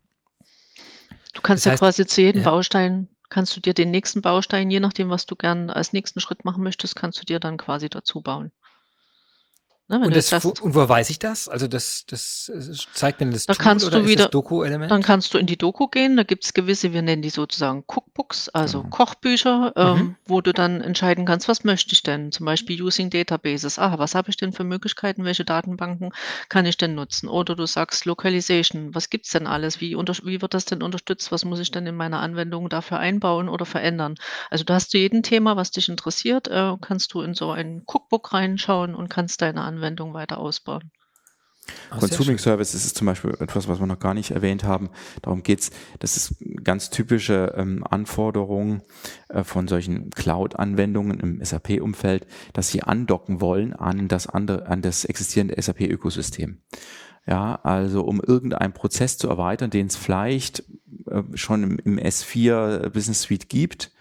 Du kannst quasi zu jedem Baustein, kannst du dir den nächsten Baustein, je nachdem, was du gern als nächsten Schritt machen möchtest, kannst du dir dann quasi dazu bauen. Ne, und wo weiß ich das? Also das zeigt mir das da Tool kannst oder du ist wieder, das Doku-Element? Dann kannst du in die Doku gehen, da gibt es gewisse, wir nennen die sozusagen Cookbooks, also Kochbücher, wo du dann entscheiden kannst, was möchte ich denn? Zum Beispiel Using Databases. Was habe ich denn für Möglichkeiten? Welche Datenbanken kann ich denn nutzen? Oder du sagst Localization, was gibt's denn alles? Wie wird das denn unterstützt? Was muss ich denn in meiner Anwendung dafür einbauen oder verändern? Also da hast du jeden Thema, was dich interessiert, kannst du in so ein Cookbook reinschauen und kannst deine Anwendung weiter ausbauen. Consuming Service ist zum Beispiel etwas, was wir noch gar nicht erwähnt haben. Darum geht's. Das ist ganz typische Anforderung von solchen Cloud-Anwendungen im SAP-Umfeld, dass sie andocken wollen an das existierende SAP-Ökosystem. Ja, also um irgendeinen Prozess zu erweitern, den es vielleicht schon im S4 Business Suite gibt,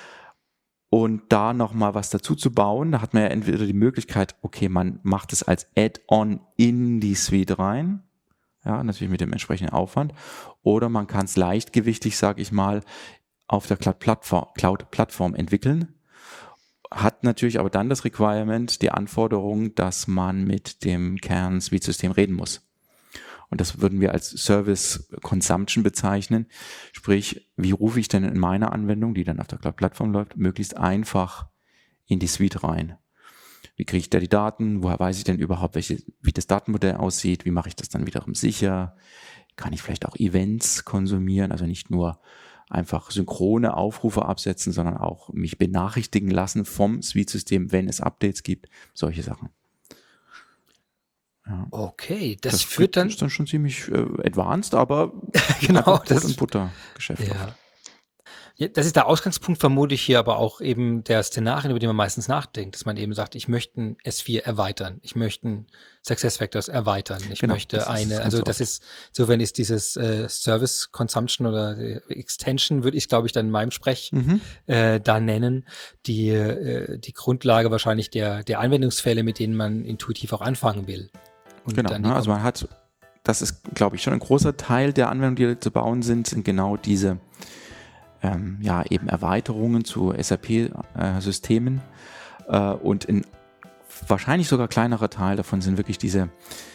und da nochmal was dazu zu bauen, da hat man ja entweder die Möglichkeit, okay, man macht es als Add-on in die Suite rein, ja, natürlich mit dem entsprechenden Aufwand, oder man kann es leichtgewichtig, sage ich mal, auf der Cloud-Plattform entwickeln, hat natürlich aber dann das Requirement, die Anforderung, dass man mit dem Kern-Suite-System reden muss. Und das würden wir als Service Consumption bezeichnen. Sprich, wie rufe ich denn in meiner Anwendung, die dann auf der Cloud-Plattform läuft, möglichst einfach in die Suite rein? Wie kriege ich da die Daten? Woher weiß ich denn überhaupt, wie das Datenmodell aussieht? Wie mache ich das dann wiederum sicher? Kann ich vielleicht auch Events konsumieren? Also nicht nur einfach synchrone Aufrufe absetzen, sondern auch mich benachrichtigen lassen vom Suite-System, wenn es Updates gibt. Solche Sachen. Ja. Okay, das führt dann... Das ist dann schon ziemlich advanced, aber genau, das ist ein Buttergeschäft. Ja, das ist der Ausgangspunkt, vermute ich hier, aber auch eben der Szenarien, über die man meistens nachdenkt, dass man eben sagt, ich möchte ein S4 erweitern, ich möchte ein SuccessFactors erweitern, das ist, insofern ist dieses Service Consumption oder Extension, würde ich, glaube ich, dann in meinem Sprech da nennen, die Grundlage wahrscheinlich der Anwendungsfälle, mit denen man intuitiv auch anfangen will. Und genau, dann also man hat, das ist, glaube ich, schon ein großer Teil der Anwendungen, die zu bauen sind genau diese eben Erweiterungen zu SAP-Systemen und wahrscheinlich sogar kleinerer Teil davon sind wirklich diese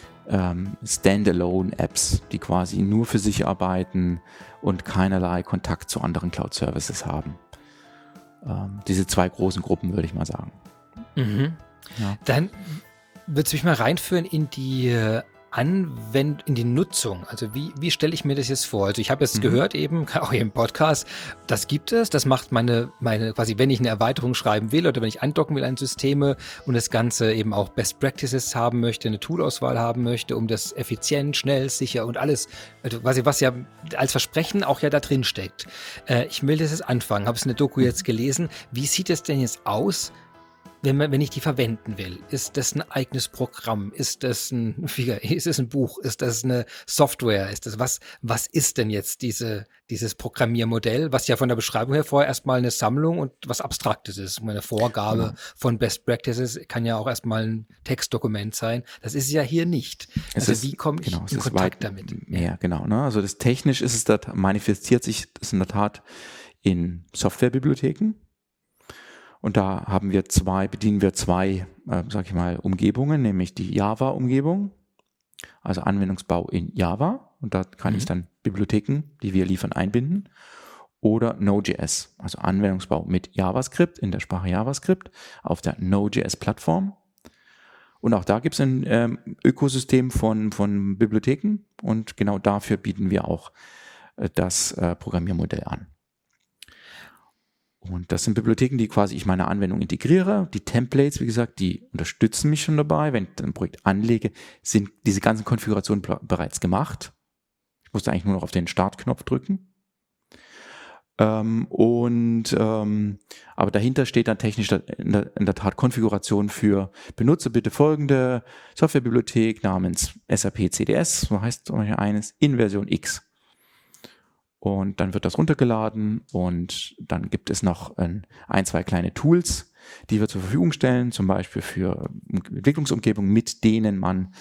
Standalone-Apps, die quasi nur für sich arbeiten und keinerlei Kontakt zu anderen Cloud-Services haben. Diese zwei großen Gruppen, würde ich mal sagen. Mhm. Ja. Dann würdest du mich mal reinführen in die in die Nutzung. Also wie stelle ich mir das jetzt vor? Also ich habe jetzt gehört eben, auch hier im Podcast, das gibt es, das macht meine quasi, wenn ich eine Erweiterung schreiben will oder wenn ich andocken will an Systeme und das Ganze eben auch Best Practices haben möchte, eine Toolauswahl haben möchte, um das effizient, schnell, sicher und alles, also quasi was ja als Versprechen auch ja da drin steckt. Ich will das jetzt anfangen, habe es in der Doku jetzt gelesen. Wie sieht es denn jetzt aus, wenn ich die verwenden will? Ist das ein eigenes Programm? Ist das ein Buch? Ist das eine Software? Was ist denn jetzt dieses Programmiermodell, was ja von der Beschreibung her vorher erstmal eine Sammlung und was Abstraktes ist? Eine Vorgabe von Best Practices kann ja auch erstmal ein Textdokument sein. Das ist ja hier nicht. Wie komme ich in Kontakt damit? Ja, genau. Ne? Also das technisch ist manifestiert sich das in der Tat in Softwarebibliotheken. Und da bedienen wir zwei, sag ich mal, Umgebungen, nämlich die Java-Umgebung, also Anwendungsbau in Java. Und da kann ich dann Bibliotheken, die wir liefern, einbinden. oder Node.js, also Anwendungsbau mit JavaScript in der Sprache JavaScript auf der Node.js-Plattform. Und auch da gibt es ein Ökosystem von Bibliotheken und genau dafür bieten wir auch das Programmiermodell an. Und das sind Bibliotheken, die quasi ich meine Anwendung integriere. Die Templates, wie gesagt, die unterstützen mich schon dabei. Wenn ich ein Projekt anlege, sind diese ganzen Konfigurationen bereits gemacht. Ich musste eigentlich nur noch auf den Startknopf drücken. Aber dahinter steht dann technisch in der Tat Konfiguration für benutze bitte folgende Softwarebibliothek namens SAP CDS, so heißt es eines, in Version X. Und dann wird das runtergeladen und dann gibt es noch zwei kleine Tools, die wir zur Verfügung stellen, zum Beispiel für Entwicklungsumgebungen, mit denen man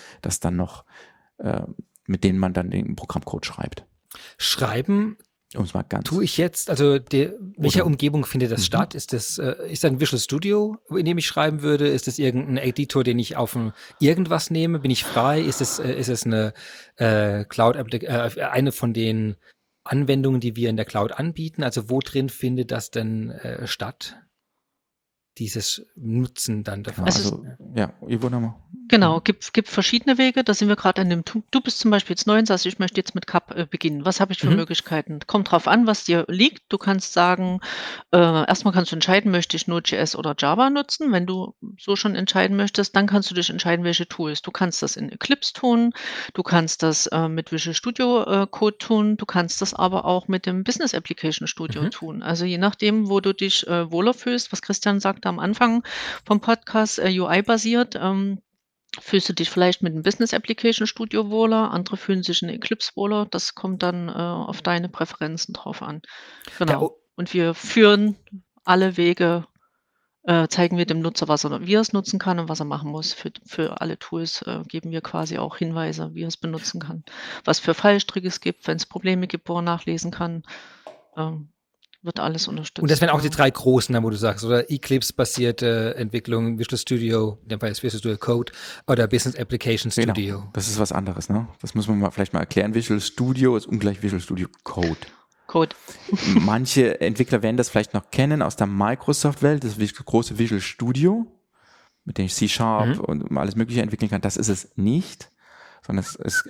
dann den Programmcode schreibt. Schreiben Mal ganz tue ich jetzt, also welcher Umgebung findet das statt? Ist das ein Visual Studio, in dem ich schreiben würde? Ist das irgendein Editor, den ich auf irgendwas nehme? Bin ich frei? Ist es eine Cloud eine von den Anwendungen, die wir in der Cloud anbieten? Also wo drin findet das denn statt? Dieses Nutzen dann davon. Yvonne. Genau, gibt verschiedene Wege. Da sind wir gerade an dem Du bist zum Beispiel jetzt neu und sagst, ich möchte jetzt mit CAP beginnen. Was habe ich für Möglichkeiten? Kommt drauf an, was dir liegt. Du kannst sagen, erstmal kannst du entscheiden, möchte ich Node.js oder Java nutzen. Wenn du so schon entscheiden möchtest, dann kannst du dich entscheiden, welche Tools. Du kannst das in Eclipse tun, du kannst das mit Visual Studio Code tun, du kannst das aber auch mit dem Business Application Studio tun. Also je nachdem, wo du dich wohler fühlst, was Christian sagte am Anfang vom Podcast, UI-basiert, fühlst du dich vielleicht mit dem Business Application Studio wohler, andere fühlen sich in Eclipse wohler. Das kommt dann auf deine Präferenzen drauf an. Genau. Und wir führen alle Wege, zeigen wir dem Nutzer, wie er es nutzen kann und was er machen muss. Für alle Tools geben wir quasi auch Hinweise, wie er es benutzen kann. Was für Fallstricke es gibt, wenn es Probleme gibt, wo er nachlesen kann. Wird alles unterstützt. Und das wären auch die 3 großen, wo du sagst, oder Eclipse-basierte Entwicklung, Visual Studio, in dem Fall ist Visual Studio Code oder Business Application Studio. Genau. Das ist was anderes, ne? Das muss man vielleicht mal erklären. Visual Studio ist ungleich Visual Studio Code. Manche Entwickler werden das vielleicht noch kennen aus der Microsoft-Welt, das große Visual Studio, mit dem ich C# und alles Mögliche entwickeln kann. Das ist es nicht, sondern es ist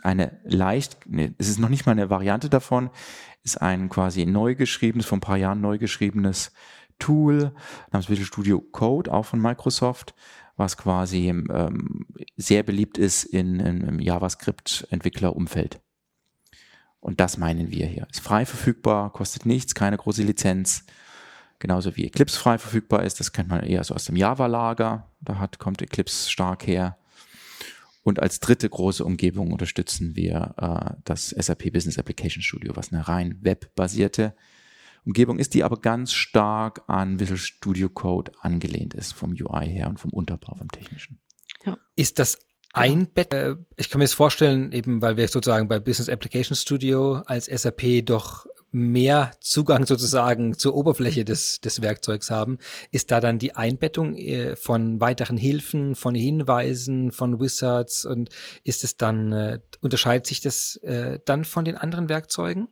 es ist noch nicht mal eine Variante davon, ist ein quasi vor ein paar Jahren neu geschriebenes Tool namens Visual Studio Code, auch von Microsoft, was quasi sehr beliebt ist im JavaScript-Entwicklerumfeld. Und das meinen wir hier. Ist frei verfügbar, kostet nichts, keine große Lizenz. Genauso wie Eclipse frei verfügbar ist, das kennt man eher so aus dem Java-Lager. Kommt Eclipse stark her. Und als dritte große Umgebung unterstützen wir das SAP Business Application Studio, was eine rein webbasierte Umgebung ist, die aber ganz stark an Visual Studio Code angelehnt ist, vom UI her und vom Unterbau, vom Technischen. Ja. Ist das einbetten? Ich kann mir das vorstellen, eben weil wir sozusagen bei Business Application Studio als SAP doch mehr Zugang sozusagen zur Oberfläche des Werkzeugs haben, ist da dann die Einbettung von weiteren Hilfen, von Hinweisen, von Wizards und ist es dann, unterscheidet sich das dann von den anderen Werkzeugen?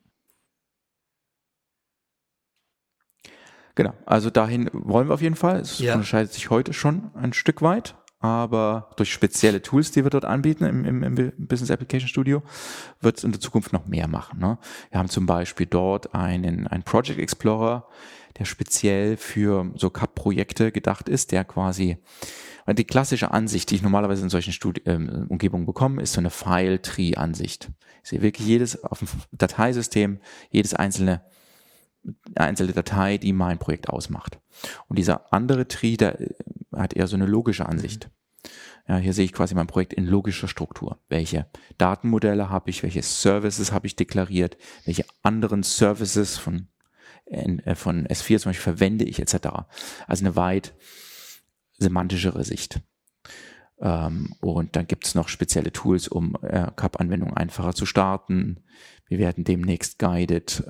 Genau, also dahin wollen wir auf jeden Fall. Es unterscheidet sich heute schon ein Stück weit, aber durch spezielle Tools, die wir dort anbieten im Business Application Studio, wird es in der Zukunft noch mehr machen. Ne? Wir haben zum Beispiel dort einen Project Explorer, der speziell für so CAP-Projekte gedacht ist, der quasi, die klassische Ansicht, die ich normalerweise in solchen Umgebungen bekomme, ist so eine File-Tree-Ansicht. Ich sehe wirklich auf dem Dateisystem, jedes einzelne Datei, die mein Projekt ausmacht. Und dieser andere Tree, der hat eher so eine logische Ansicht. Ja, hier sehe ich quasi mein Projekt in logischer Struktur. Welche Datenmodelle habe ich, welche Services habe ich deklariert, welche anderen Services von S4 zum Beispiel verwende ich etc. Also eine weit semantischere Sicht. Und dann gibt es noch spezielle Tools, um CAP-Anwendungen einfacher zu starten. Wir werden demnächst Guided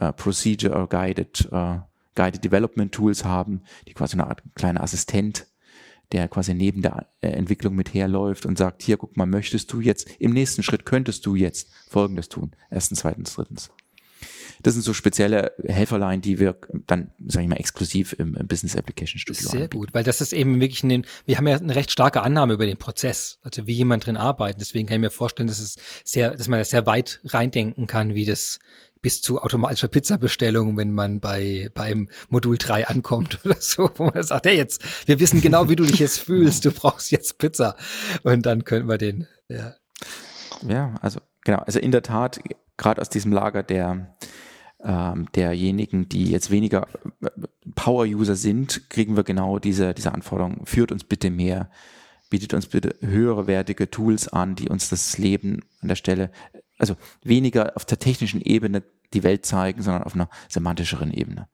Development Tools haben, die quasi eine Art kleiner Assistent, der quasi neben der Entwicklung mit herläuft und sagt, hier, guck mal, im nächsten Schritt könntest du jetzt Folgendes tun. 1., 2., 3. Das sind so spezielle Helferlein, die wir dann, sage ich mal, exklusiv im Business Application Studio Sehr anbieten. gut, weil das ist eben wirklich wir haben ja eine recht starke Annahme über den Prozess, also wie jemand drin arbeitet. Deswegen kann ich mir vorstellen, dass man das sehr weit reindenken kann, wie das bis zu automatischer Pizzabestellung, wenn man beim Modul 3 ankommt oder so, wo man sagt, hey, jetzt, wir wissen genau, wie du dich jetzt fühlst, du brauchst jetzt Pizza. Und dann können wir Ja, also genau, also in der Tat, gerade aus diesem Lager derjenigen, die jetzt weniger Power-User sind, kriegen wir genau diese Anforderung, führt uns bitte mehr, bietet uns bitte höhere wertige Tools an, die uns das Leben an der Stelle, also weniger auf der technischen Ebene die Welt zeigen, sondern auf einer semantischeren Ebene.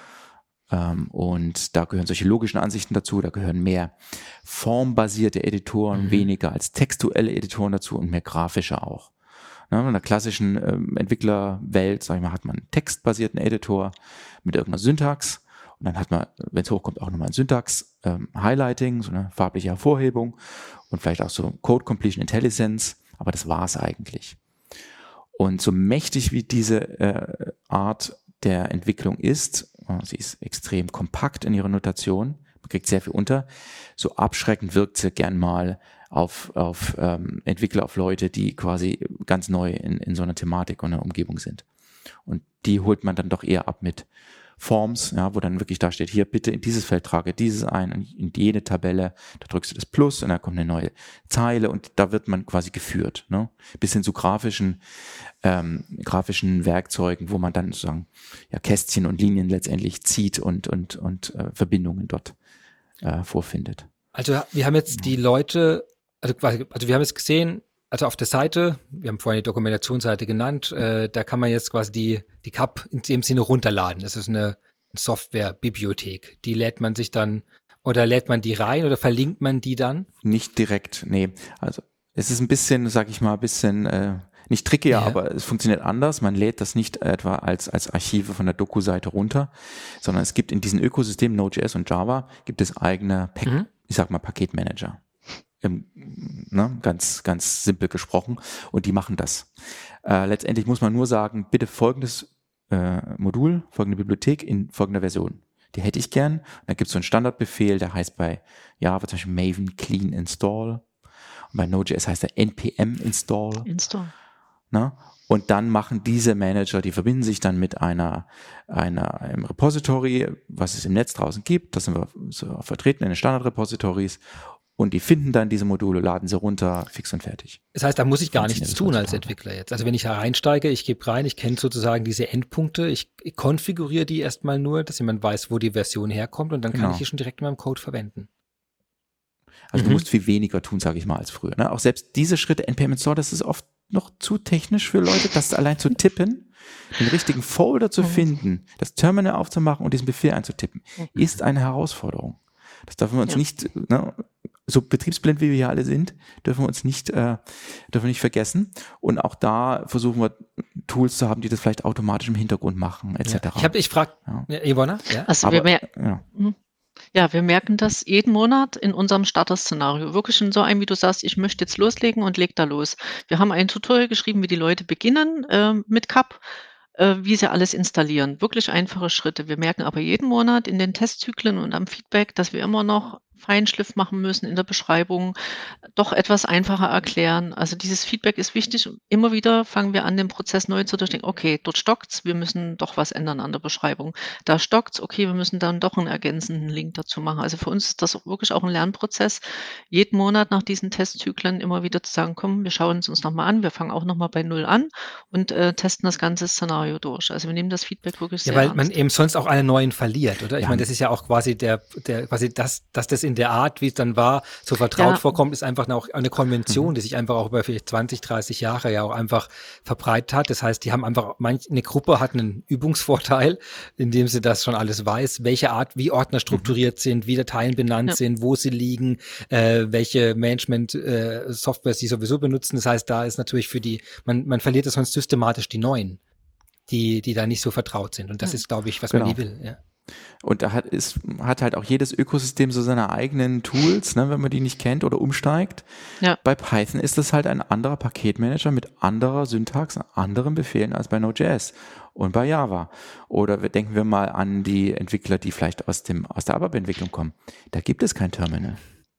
Und da gehören solche logischen Ansichten dazu, da gehören mehr formbasierte Editoren, weniger als textuelle Editoren dazu und mehr grafische auch. In einer klassischen Entwicklerwelt, sag ich mal, hat man einen textbasierten Editor mit irgendeiner Syntax und dann hat man, wenn es hochkommt, auch nochmal ein Syntax-Highlighting, so eine farbliche Hervorhebung und vielleicht auch so Code Completion Intelligence, aber das war's eigentlich. Und so mächtig wie diese Art der Entwicklung ist, sie ist extrem kompakt in ihrer Notation, man kriegt sehr viel unter, so abschreckend wirkt sie gern mal auf Entwickler, auf Leute, die quasi ganz neu in so einer Thematik und einer Umgebung sind. Und die holt man dann doch eher ab mit Forms, ja, wo dann wirklich da steht, hier bitte in dieses Feld trage dieses ein und in jede Tabelle, da drückst du das Plus und dann kommt eine neue Zeile und da wird man quasi geführt, ne? Bis hin zu grafischen Werkzeugen, wo man dann sozusagen ja Kästchen und Linien letztendlich zieht und Verbindungen dort vorfindet. Also wir haben jetzt die Leute, also wir haben jetzt gesehen, also auf der Seite, wir haben vorhin die Dokumentationsseite genannt, da kann man jetzt quasi die CAP in dem Sinne runterladen. Das ist eine Softwarebibliothek. Die lädt man sich dann, oder lädt man die rein oder verlinkt man die dann? Nicht direkt, nee. Also es ist ein bisschen, sag ich mal, nicht trickier, aber es funktioniert anders. Man lädt das nicht etwa als Archive von der Doku-Seite runter, sondern es gibt in diesen Ökosystemen Node.js und Java gibt es eigene Paketmanager. Ganz, ganz simpel gesprochen. Und die machen das. Letztendlich muss man nur sagen, bitte folgendes Modul, folgende Bibliothek in folgender Version. Die hätte ich gern. Dann gibt es so einen Standardbefehl, der heißt bei Java zum Beispiel Maven clean install. Und bei Node.js heißt er npm install. Und dann machen diese Manager, die verbinden sich dann mit einem Repository, was es im Netz draußen gibt. Das sind wir so vertreten in den Standard-Repositories. Und die finden dann diese Module, laden sie runter, fix und fertig. Das heißt, da muss ich gar nichts tun als Entwickler jetzt. Also wenn ich da reinsteige, ich gebe rein, ich kenne sozusagen diese Endpunkte, ich konfiguriere die erstmal nur, dass jemand weiß, wo die Version herkommt und dann kann ich die schon direkt in meinem Code verwenden. Also du musst viel weniger tun, sage ich mal, als früher. Ne? Auch selbst diese Schritte, npm install, das ist oft noch zu technisch für Leute, das allein zu tippen, den richtigen Folder zu finden, das Terminal aufzumachen und diesen Befehl einzutippen, ist eine Herausforderung. Das dürfen wir uns nicht, so betriebsblind wie wir hier alle sind, dürfen wir nicht vergessen. Und auch da versuchen wir Tools zu haben, die das vielleicht automatisch im Hintergrund machen, etc. Ich frage, Ivona? Ja? Also wir merken das jeden Monat in unserem Starter-Szenario. Wirklich in so einem, wie du sagst, ich möchte jetzt loslegen und leg da los. Wir haben ein Tutorial geschrieben, wie die Leute beginnen mit CAP, wie sie alles installieren. Wirklich einfache Schritte. Wir merken aber jeden Monat in den Testzyklen und am Feedback, dass wir immer noch Feinschliff machen müssen in der Beschreibung, doch etwas einfacher erklären. Also dieses Feedback ist wichtig. Immer wieder fangen wir an, den Prozess neu zu durchdenken. Okay, dort stockt's, wir müssen doch was ändern an der Beschreibung. Da stockt's, okay, wir müssen dann doch einen ergänzenden Link dazu machen. Also für uns ist das wirklich auch ein Lernprozess, jeden Monat nach diesen Testzyklen immer wieder zu sagen, komm, wir schauen es uns nochmal an, wir fangen auch nochmal bei Null an und testen das ganze Szenario durch. Also wir nehmen das Feedback wirklich sehr ernst. Ja, weil man eben sonst auch alle neuen verliert, oder? Ich meine, das ist ja auch quasi dass das in der Art, wie es dann war, so vertraut vorkommt, ist einfach auch eine Konvention, die sich einfach auch über vielleicht 20, 30 Jahre ja auch einfach verbreitet hat. Das heißt, die haben einfach, eine Gruppe hat einen Übungsvorteil, indem sie das schon alles weiß, welche Art, wie Ordner strukturiert sind, wie Dateien benannt sind, wo sie liegen, welche Management-Software sie sowieso benutzen. Das heißt, da ist natürlich man verliert das sonst systematisch die Neuen, die da nicht so vertraut sind. Und das ist, glaube ich, was man nie will. Ja. Und da hat halt auch jedes Ökosystem so seine eigenen Tools, ne, wenn man die nicht kennt oder umsteigt. Ja. Bei Python ist das halt ein anderer Paketmanager mit anderer Syntax, anderen Befehlen als bei Node.js. und bei Java. Oder denken wir mal an die Entwickler, die vielleicht aus der ABAP-Entwicklung kommen. Da gibt es kein Terminal.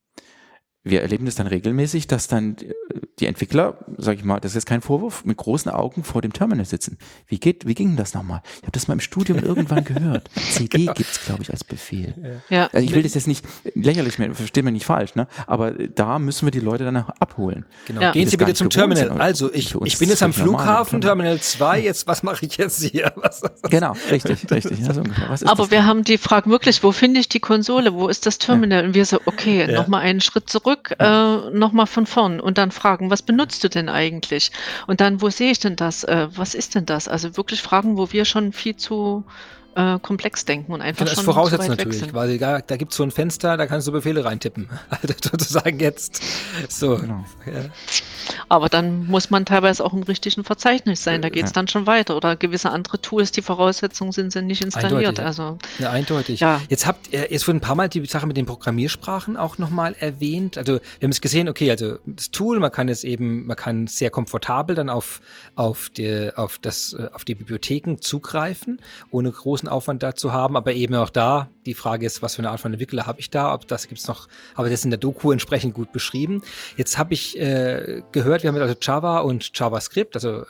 Wir erleben das dann regelmäßig, dass dann die Entwickler, sage ich mal, das ist jetzt kein Vorwurf, mit großen Augen vor dem Terminal sitzen. Wie ging das nochmal? Ich habe das mal im Studium irgendwann gehört. CD gibt's, glaube ich, als Befehl. Ja. Also ich will das jetzt nicht lächerlich mehr, versteht mir nicht falsch, ne? Aber da müssen wir die Leute dann abholen. Genau. Ja. Gehen Sie bitte zum Terminal. Also, ich bin jetzt am Flughafen, Terminal 2, jetzt, was mache ich jetzt hier? Genau, richtig. Ja, so ungefähr. Was ist Aber das wir denn? haben die Frage wirklich, wo finde ich die Konsole? Wo ist das Terminal? Und wir so, okay, Ja. nochmal einen Schritt zurück, nochmal von vorn und dann fragen, was benutzt du denn eigentlich? Und dann, wo sehe ich denn das? Was ist denn das? Also wirklich Fragen, wo wir schon viel zu komplex denken und einfach Das schon voraussetzen zu weit weg natürlich, sind. weil da gibt es so ein Fenster, da kannst du Befehle reintippen. Also sozusagen jetzt. So. Genau. Ja. Aber dann muss man teilweise auch im richtigen Verzeichnis sein, da geht es Ja. dann schon weiter. Oder gewisse andere Tools, die Voraussetzungen sind nicht installiert. Eindeutig. Also Ja, eindeutig. Ja. Jetzt wurde ein paar Mal die Sache mit den Programmiersprachen auch nochmal erwähnt. Also wir haben es gesehen, okay, also das Tool, man kann sehr komfortabel dann auf die Bibliotheken zugreifen, ohne großen Aufwand da zu haben. Aber eben auch da, die Frage ist, was für eine Art von Entwickler habe ich da? Ob das gibt's noch, aber das ist in der Doku entsprechend gut beschrieben. Jetzt habe ich gehört, wir haben also Java und JavaScript, also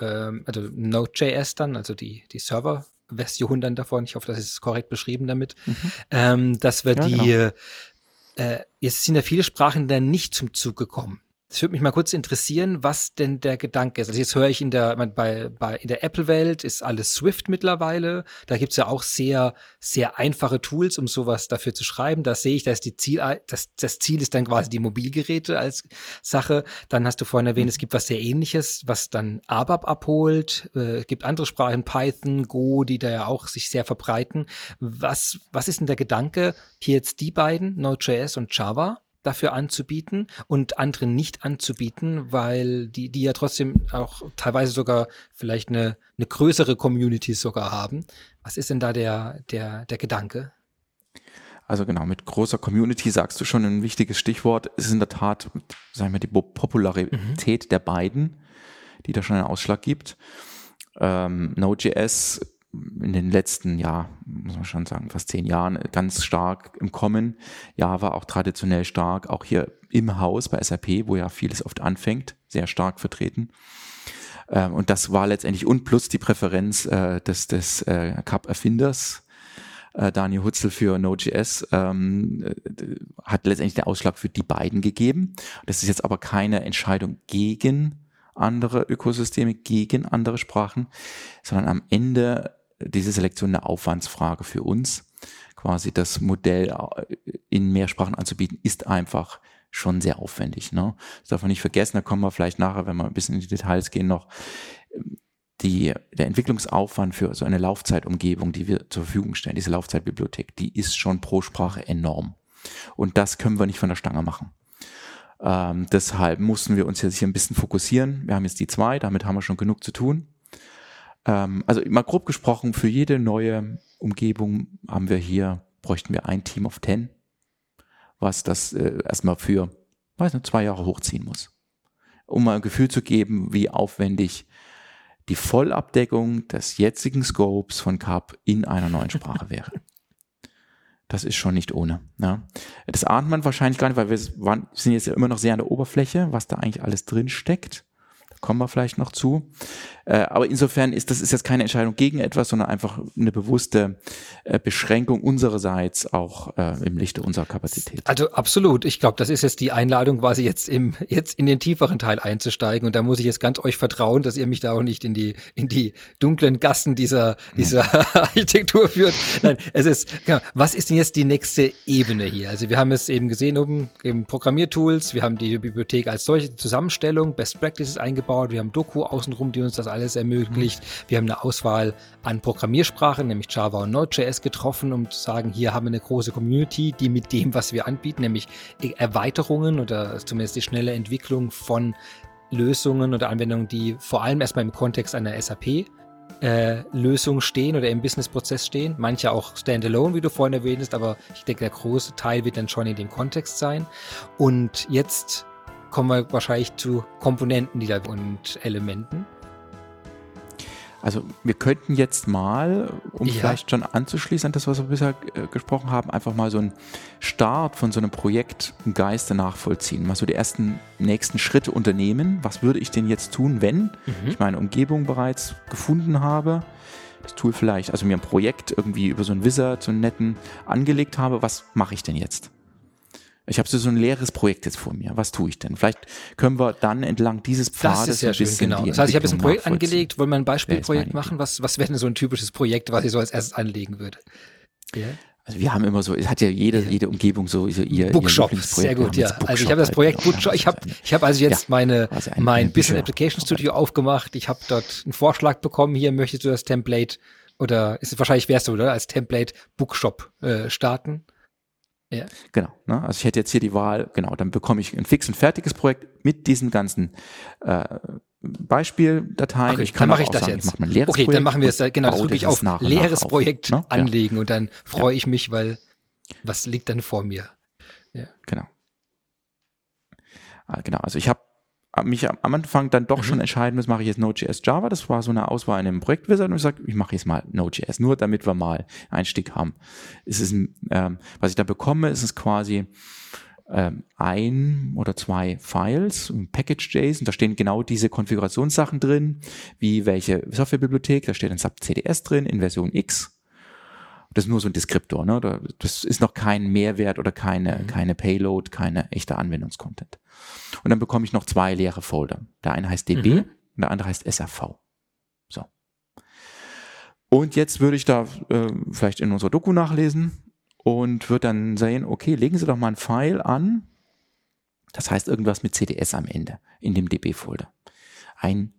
Node.js dann, also die Server-Version dann davon. Ich hoffe, das ist korrekt beschrieben damit. Dass wir Ja, jetzt sind ja viele Sprachen dann nicht zum Zug gekommen. Es würde mich mal kurz interessieren, was denn der Gedanke ist. Also jetzt höre ich in der Apple-Welt ist alles Swift mittlerweile. Da gibt's ja auch sehr, sehr einfache Tools, um sowas dafür zu schreiben. Da sehe ich, dass das Ziel ist dann quasi die Mobilgeräte als Sache. Dann hast du vorhin erwähnt, es gibt was sehr Ähnliches, was dann ABAP abholt. Es gibt andere Sprachen, Python, Go, die da ja auch sich sehr verbreiten. Was ist denn der Gedanke, hier jetzt die beiden, Node.js und Java, dafür anzubieten und anderen nicht anzubieten, weil die ja trotzdem auch teilweise sogar vielleicht eine größere Community sogar haben. Was ist denn da der Gedanke? Also genau, mit großer Community sagst du schon ein wichtiges Stichwort. Es ist in der Tat, sagen wir, die Popularität der beiden, die da schon einen Ausschlag gibt. Node.js in den letzten, muss man schon sagen, fast 10 Jahren ganz stark im Kommen. Java auch traditionell stark, auch hier im Haus bei SAP, wo ja vieles oft anfängt, sehr stark vertreten. Und das war letztendlich, und plus die Präferenz des CAP-Erfinders, Daniel Hutzel für Node.js, hat letztendlich den Ausschlag für die beiden gegeben. Das ist jetzt aber keine Entscheidung gegen andere Ökosysteme, gegen andere Sprachen, sondern am Ende diese Selektion eine Aufwandsfrage für uns. Quasi das Modell in mehr Sprachen anzubieten, ist einfach schon sehr aufwendig. Ne? Das darf man nicht vergessen, da kommen wir vielleicht nachher, wenn wir ein bisschen in die Details gehen, noch der Entwicklungsaufwand für so eine Laufzeitumgebung, die wir zur Verfügung stellen, diese Laufzeitbibliothek, die ist schon pro Sprache enorm. Und das können wir nicht von der Stange machen. Deshalb mussten wir uns jetzt hier ein bisschen fokussieren. Wir haben jetzt die 2, damit haben wir schon genug zu tun. Also mal grob gesprochen, für jede neue Umgebung bräuchten wir ein Team of 10, was das erstmal für, 2 Jahre hochziehen muss. Um mal ein Gefühl zu geben, wie aufwendig die Vollabdeckung des jetzigen Scopes von CAP in einer neuen Sprache wäre. Das ist schon nicht ohne. Ne? Das ahnt man wahrscheinlich gar nicht, weil wir sind jetzt ja immer noch sehr an der Oberfläche, was da eigentlich alles drin steckt. Da kommen wir vielleicht noch zu. Aber insofern ist jetzt keine Entscheidung gegen etwas, sondern einfach eine bewusste Beschränkung unsererseits auch im Lichte unserer Kapazität. Also absolut. Ich glaube, das ist jetzt die Einladung, quasi jetzt in den tieferen Teil einzusteigen. Und da muss ich jetzt ganz euch vertrauen, dass ihr mich da auch nicht in die dunklen Gassen dieser Architektur führt. Nein, was ist denn jetzt die nächste Ebene hier? Also wir haben es eben gesehen oben im Programmiertools, wir haben die Bibliothek als solche Zusammenstellung, Best Practices eingebaut, wir haben Doku außenrum, die uns das alles ermöglicht. Wir haben eine Auswahl an Programmiersprachen, nämlich Java und Node.js getroffen, um zu sagen, hier haben wir eine große Community, die mit dem, was wir anbieten, nämlich Erweiterungen oder zumindest die schnelle Entwicklung von Lösungen oder Anwendungen, die vor allem erstmal im Kontext einer SAP Lösung stehen oder im Businessprozess stehen. Manche auch standalone, wie du vorhin erwähnt hast, aber ich denke, der große Teil wird dann schon in dem Kontext sein. Und jetzt kommen wir wahrscheinlich zu Komponenten und Elementen. Also wir könnten jetzt mal, um vielleicht schon anzuschließen an das, was wir bisher gesprochen haben, einfach mal so einen Start von so einem Projekt im Geiste nachvollziehen. Mal so die ersten nächsten Schritte unternehmen. Was würde ich denn jetzt tun, wenn ich meine Umgebung bereits gefunden habe? Das Tool vielleicht, also mir ein Projekt irgendwie über so einen Wizard, so einen netten angelegt habe. Was mache ich denn jetzt? Ich habe so ein leeres Projekt jetzt vor mir. Was tue ich denn? Vielleicht können wir dann entlang dieses Pfades das ist ja schön, genau. Das heißt, ich habe jetzt ein Projekt angelegt, wollen wir ein Beispielprojekt machen? Was wäre denn so ein typisches Projekt, was ich so als erstes anlegen würde? Ja. Also wir haben immer so, es hat ja jede Umgebung so ihr Bookshop, sehr gut, ja. Also ich habe das Projekt Bookshop, ich habe also jetzt mein Business Application Studio aufgemacht. Ich habe dort einen Vorschlag bekommen, hier möchtest du das Template oder wahrscheinlich wärst du, oder? Als Template Bookshop starten. Ja. Genau, ne? Also ich hätte jetzt hier die Wahl, genau, dann bekomme ich ein fix und fertiges Projekt mit diesen ganzen Beispieldateien. Okay, dann mache ich das sagen, jetzt. Ich mache ein leeres Projekt, dann machen wir es, genau, das drücke ich auf leeres Projekt ne? anlegen und dann freue ich mich, weil was liegt dann vor mir? Ja. Genau, also ich habe mich am Anfang dann doch schon entscheiden müssen, mache ich jetzt Node.js Java. Das war so eine Auswahl in einem Projektwizard und ich sage, ich mache jetzt mal Node.js, nur damit wir mal Einstieg haben. Es ist was ich da bekomme, ist es quasi ein oder zwei Files, ein Package.js, und da stehen genau diese Konfigurationssachen drin, wie welche Softwarebibliothek, da steht ein SAP-CDS drin in Version X. Das ist nur so ein Deskriptor, ne? Das ist noch kein Mehrwert oder keine Payload, keine echte Anwendungscontent. Und dann bekomme ich noch zwei leere Folder. Der eine heißt DB und der andere heißt SRV. So. Und jetzt würde ich da vielleicht in unserer Doku nachlesen und würde dann sehen, okay, legen Sie doch mal ein File an, das heißt irgendwas mit CDS am Ende in dem DB-Folder. Ein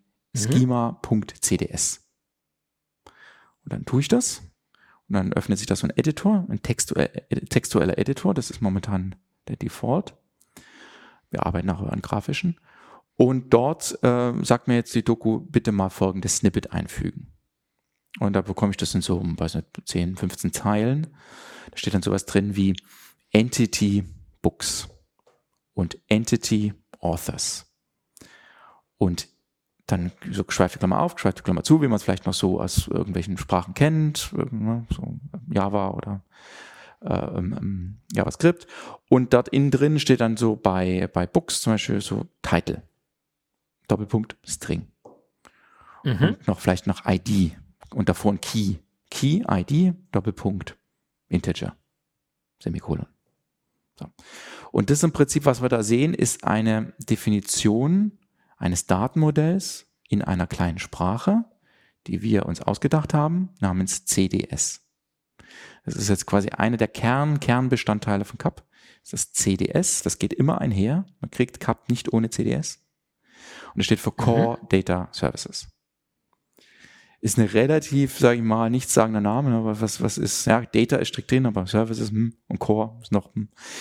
schema.cds. Und dann tue ich das. Und dann öffnet sich da so ein Editor, ein textueller Editor, das ist momentan der Default. Wir arbeiten auch über einen grafischen. Und dort sagt mir jetzt die Doku, bitte mal folgendes Snippet einfügen. Und da bekomme ich das in so, weiß nicht, 10, 15 Zeilen. Da steht dann sowas drin wie Entity Books und Entity Authors. Und dann so geschweifte Klammer auf, geschweifte Klammer zu, wie man es vielleicht noch so aus irgendwelchen Sprachen kennt, so Java oder JavaScript. Und dort innen drin steht dann so bei Books zum Beispiel so Title, Doppelpunkt, String. Und vielleicht noch ID und davor ein Key. Key, ID, Doppelpunkt, Integer, Semikolon. So. Und das im Prinzip, was wir da sehen, ist eine Definition eines Datenmodells in einer kleinen Sprache, die wir uns ausgedacht haben, namens CDS. Das ist jetzt quasi eine der Kernbestandteile von CAP. Das ist CDS, das geht immer einher. Man kriegt CAP nicht ohne CDS. Und es steht für Core Data Services. Ist eine relativ, sage ich mal, nichtssagender Name, aber was ist, ja, Data ist strikt drin, aber Services und Core ist noch.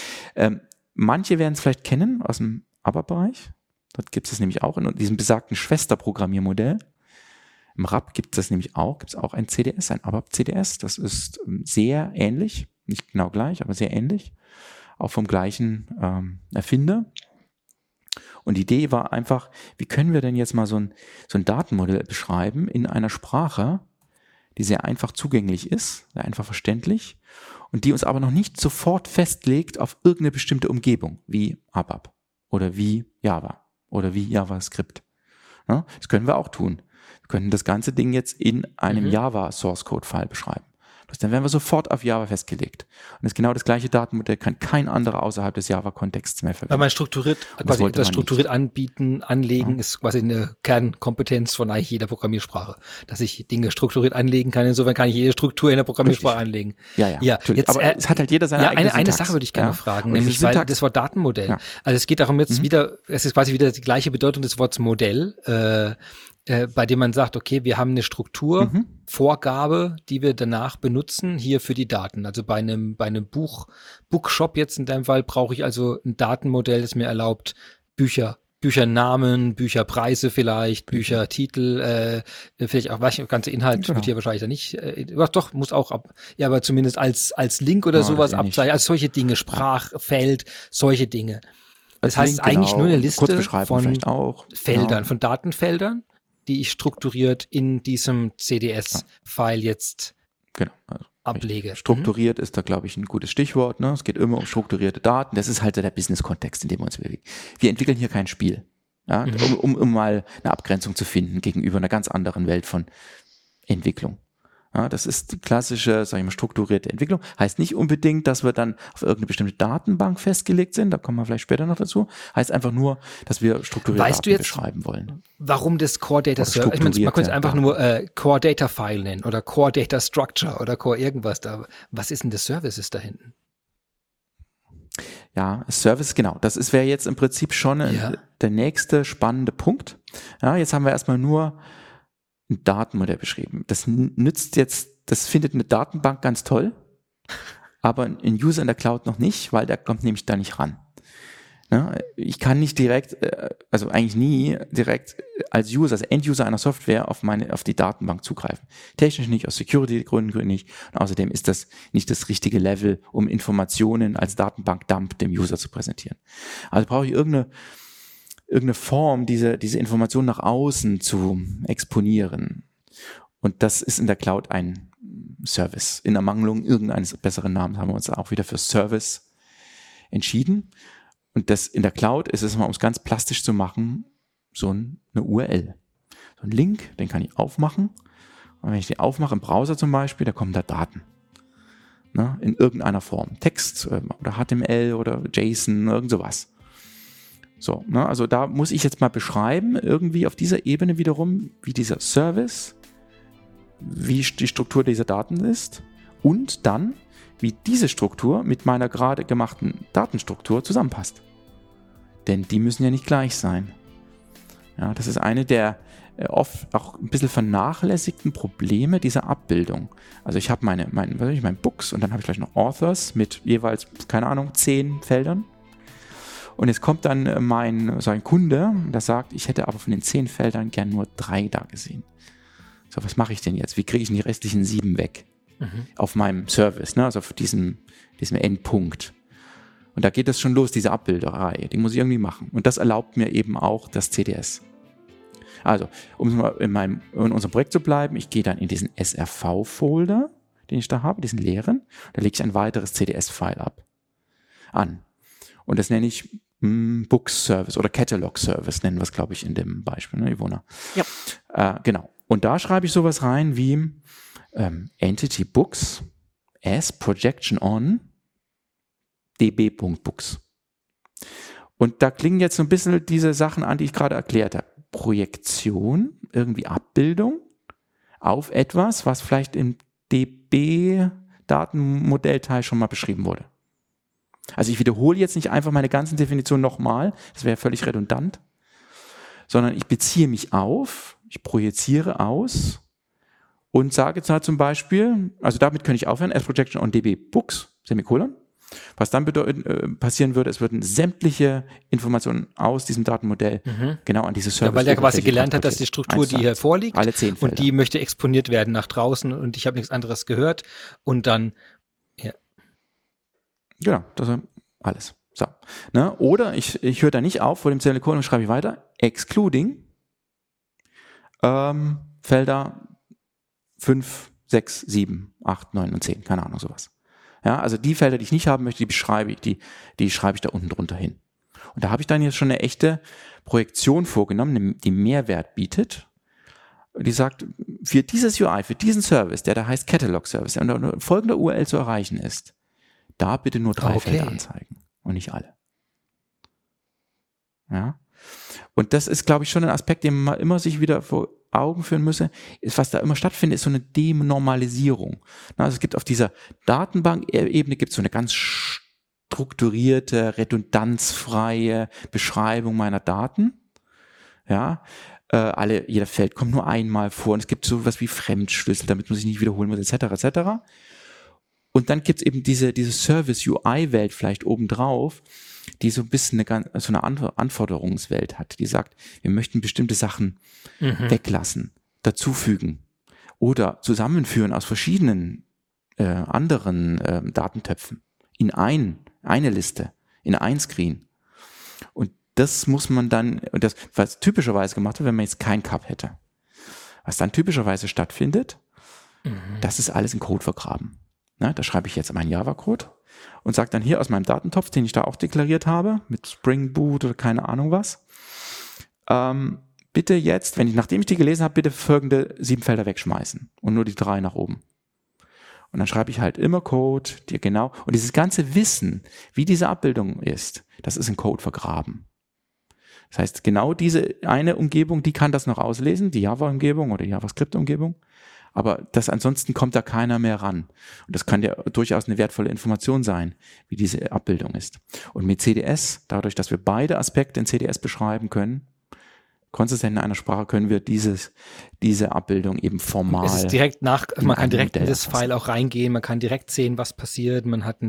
Manche werden es vielleicht kennen aus dem ABAP-Bereich. Dort gibt es nämlich auch in diesem besagten Schwesterprogrammiermodell. Im RAP gibt es nämlich auch, ein CDS, ein ABAP-CDS. Das ist sehr ähnlich, nicht genau gleich, aber sehr ähnlich. Auch vom gleichen Erfinder. Und die Idee war einfach, wie können wir denn jetzt mal so ein Datenmodell beschreiben in einer Sprache, die sehr einfach zugänglich ist, sehr einfach verständlich und die uns aber noch nicht sofort festlegt auf irgendeine bestimmte Umgebung, wie ABAP oder wie Java oder wie JavaScript. Ja, das können wir auch tun. Wir können das ganze Ding jetzt in einem Java Source Code File beschreiben. Dann werden wir sofort auf Java festgelegt. Und das genau das gleiche Datenmodell kann kein anderer außerhalb des Java-Kontexts mehr verwenden. Weil man strukturiert anlegen ist quasi eine Kernkompetenz von eigentlich jeder Programmiersprache. Dass ich Dinge strukturiert anlegen kann. Insofern kann ich jede Struktur in der Programmiersprache anlegen. Ja, jetzt, aber es hat halt jeder seine eigene eine Sache würde ich gerne fragen, und nämlich weil das Wort Datenmodell. Ja. Also es geht darum jetzt es ist quasi wieder die gleiche Bedeutung des Wortes Modell, bei dem man sagt, okay, wir haben eine Strukturvorgabe, die wir danach benutzen, hier für die Daten. Also bei einem Bookshop jetzt in deinem Fall brauche ich also ein Datenmodell, das mir erlaubt, Büchernamen, Bücherpreise vielleicht, Büchertitel, vielleicht auch was, ganze Inhalt wird hier wahrscheinlich dann nicht, doch, muss auch aber zumindest als Link oder sowas abzeichnen, also solche Dinge, Sprachfeld, solche Dinge. Das heißt eigentlich nur eine Liste von Feldern, von Datenfeldern. die ich strukturiert in diesem CDS-File jetzt Also ablege. Strukturiert ist da, glaube ich, ein gutes Stichwort. Ne? Es geht immer um strukturierte Daten. Das ist halt der Business-Kontext, in dem wir uns bewegen. Wir entwickeln hier kein Spiel. Ja? Um mal eine Abgrenzung zu finden gegenüber einer ganz anderen Welt von Entwicklung. Ja, das ist die klassische, sag ich mal, strukturierte Entwicklung. Heißt nicht unbedingt, dass wir dann auf irgendeine bestimmte Datenbank festgelegt sind. Da kommen wir vielleicht später noch dazu. Heißt einfach nur, dass wir strukturierte Daten beschreiben wollen. Warum das Core Data Service? Ich meine, man könnte es einfach nur Core Data File nennen oder Core Data Structure oder Core irgendwas da. Was ist denn das Services da hinten? Ja, Service, genau. Das wäre jetzt im Prinzip schon der nächste spannende Punkt. Ja, jetzt haben wir erstmal nur ein Datenmodell beschrieben. Das findet eine Datenbank ganz toll, aber ein User in der Cloud noch nicht, weil der kommt nämlich da nicht ran. Ich kann nicht direkt, also eigentlich nie direkt als User, als End-User einer Software auf die Datenbank zugreifen. Technisch nicht, aus Security-Gründen nicht. Und außerdem ist das nicht das richtige Level, um Informationen als Datenbank-Dump dem User zu präsentieren. Also brauche ich irgendeine Form, diese Information nach außen zu exponieren. Und das ist in der Cloud ein Service. In Ermangelung irgendeines besseren Namens haben wir uns auch wieder für Service entschieden. Und das in der Cloud ist es mal, um es ganz plastisch zu machen, so eine URL. So ein Link, den kann ich aufmachen. Und wenn ich den aufmache im Browser zum Beispiel, da kommen da Daten. In irgendeiner Form. Text oder HTML oder JSON, irgend sowas. So, also da muss ich jetzt mal beschreiben, irgendwie auf dieser Ebene wiederum, wie dieser Service, wie die Struktur dieser Daten ist und dann, wie diese Struktur mit meiner gerade gemachten Datenstruktur zusammenpasst. Denn die müssen ja nicht gleich sein. Ja, das ist eine der oft auch ein bisschen vernachlässigten Probleme dieser Abbildung. Also ich habe mein Books und dann habe ich gleich noch Authors mit jeweils, 10 Feldern. Und jetzt kommt dann so ein Kunde, der sagt, ich hätte aber von den 10 Feldern gern nur 3 da gesehen. So, was mache ich denn jetzt? Wie kriege ich denn die restlichen 7 weg? Auf meinem Service, also auf diesem Endpunkt. Und da geht es schon los, diese Abbilderei. Die muss ich irgendwie machen. Und das erlaubt mir eben auch das CDS. Also, um in unserem Projekt zu bleiben, ich gehe dann in diesen SRV-Folder, den ich da habe, diesen leeren. Da lege ich ein weiteres CDS-File an. Und das nenne ich Books Service oder Catalog Service, nennen wir es, glaube ich, in dem Beispiel, ne, Ivona? Ja. Genau. Und da schreibe ich sowas rein wie Entity Books as Projection on db.books. Und da klingen jetzt so ein bisschen diese Sachen an, die ich gerade erklärt habe. Projektion, irgendwie Abbildung auf etwas, was vielleicht im DB-Datenmodellteil schon mal beschrieben wurde. Also ich wiederhole jetzt nicht einfach meine ganzen Definitionen nochmal, das wäre völlig redundant, sondern ich beziehe mich auf, ich projiziere aus und sage jetzt halt zum Beispiel, also damit könnte ich aufhören, as projection on db books, Semikolon. Was dann passieren würde, es würden sämtliche Informationen aus diesem Datenmodell genau an diese Service. Ja, weil er quasi gelernt hat, dass die Struktur, die hier vorliegt, alle 10 Felder. Und die möchte exponiert werden nach draußen und ich habe nichts anderes gehört und dann, ja. Genau, das ist alles. So. Ne? Oder ich höre da nicht auf, vor dem Semikolon und schreibe ich weiter, excluding Felder 5, 6, 7, 8, 9 und 10, keine Ahnung, sowas. Ja, also die Felder, die ich nicht haben möchte, die schreibe ich da unten drunter hin. Und da habe ich dann jetzt schon eine echte Projektion vorgenommen, die Mehrwert bietet. Die sagt, für dieses UI, für diesen Service, der da heißt Catalog Service, der unter folgender URL zu erreichen ist, da bitte nur 3 Felder anzeigen und nicht alle. Ja. Und das ist, glaube ich, schon ein Aspekt, den man immer sich wieder vor Augen führen müsse. Was da immer stattfindet, ist so eine Denormalisierung. Also es gibt auf dieser Datenbank-Ebene so eine ganz strukturierte, redundanzfreie Beschreibung meiner Daten. Ja, jeder Feld kommt nur einmal vor und es gibt so was wie Fremdschlüssel, damit man sich nicht wiederholen muss, etc., etc. Und dann gibt es eben diese Service-UI-Welt vielleicht obendrauf, die so ein bisschen eine Anforderungswelt hat, die sagt, wir möchten bestimmte Sachen weglassen, dazufügen oder zusammenführen aus verschiedenen anderen Datentöpfen in eine Liste, in ein Screen. Und das muss man dann, was typischerweise gemacht wird, wenn man jetzt kein Cup hätte. Was dann typischerweise stattfindet, das ist alles in Code vergraben. Da schreibe ich jetzt meinen Java-Code und sage dann hier aus meinem Datentopf, den ich da auch deklariert habe, mit Spring Boot oder keine Ahnung was, bitte jetzt, nachdem ich die gelesen habe, bitte folgende 7 Felder wegschmeißen und nur die 3 nach oben. Und dann schreibe ich halt immer Code, dir genau, und dieses ganze Wissen, wie diese Abbildung ist, das ist in Code vergraben. Das heißt, genau diese eine Umgebung, die kann das noch auslesen, die Java-Umgebung oder die JavaScript-Umgebung, aber ansonsten kommt da keiner mehr ran. Und das kann ja durchaus eine wertvolle Information sein, wie diese Abbildung ist. Und mit CDS, dadurch, dass wir beide Aspekte in CDS beschreiben können, konsistent in einer Sprache, können wir diese Abbildung eben formal. Es ist direkt man kann direkt in das File auch reingehen, man kann direkt sehen, was passiert, man hat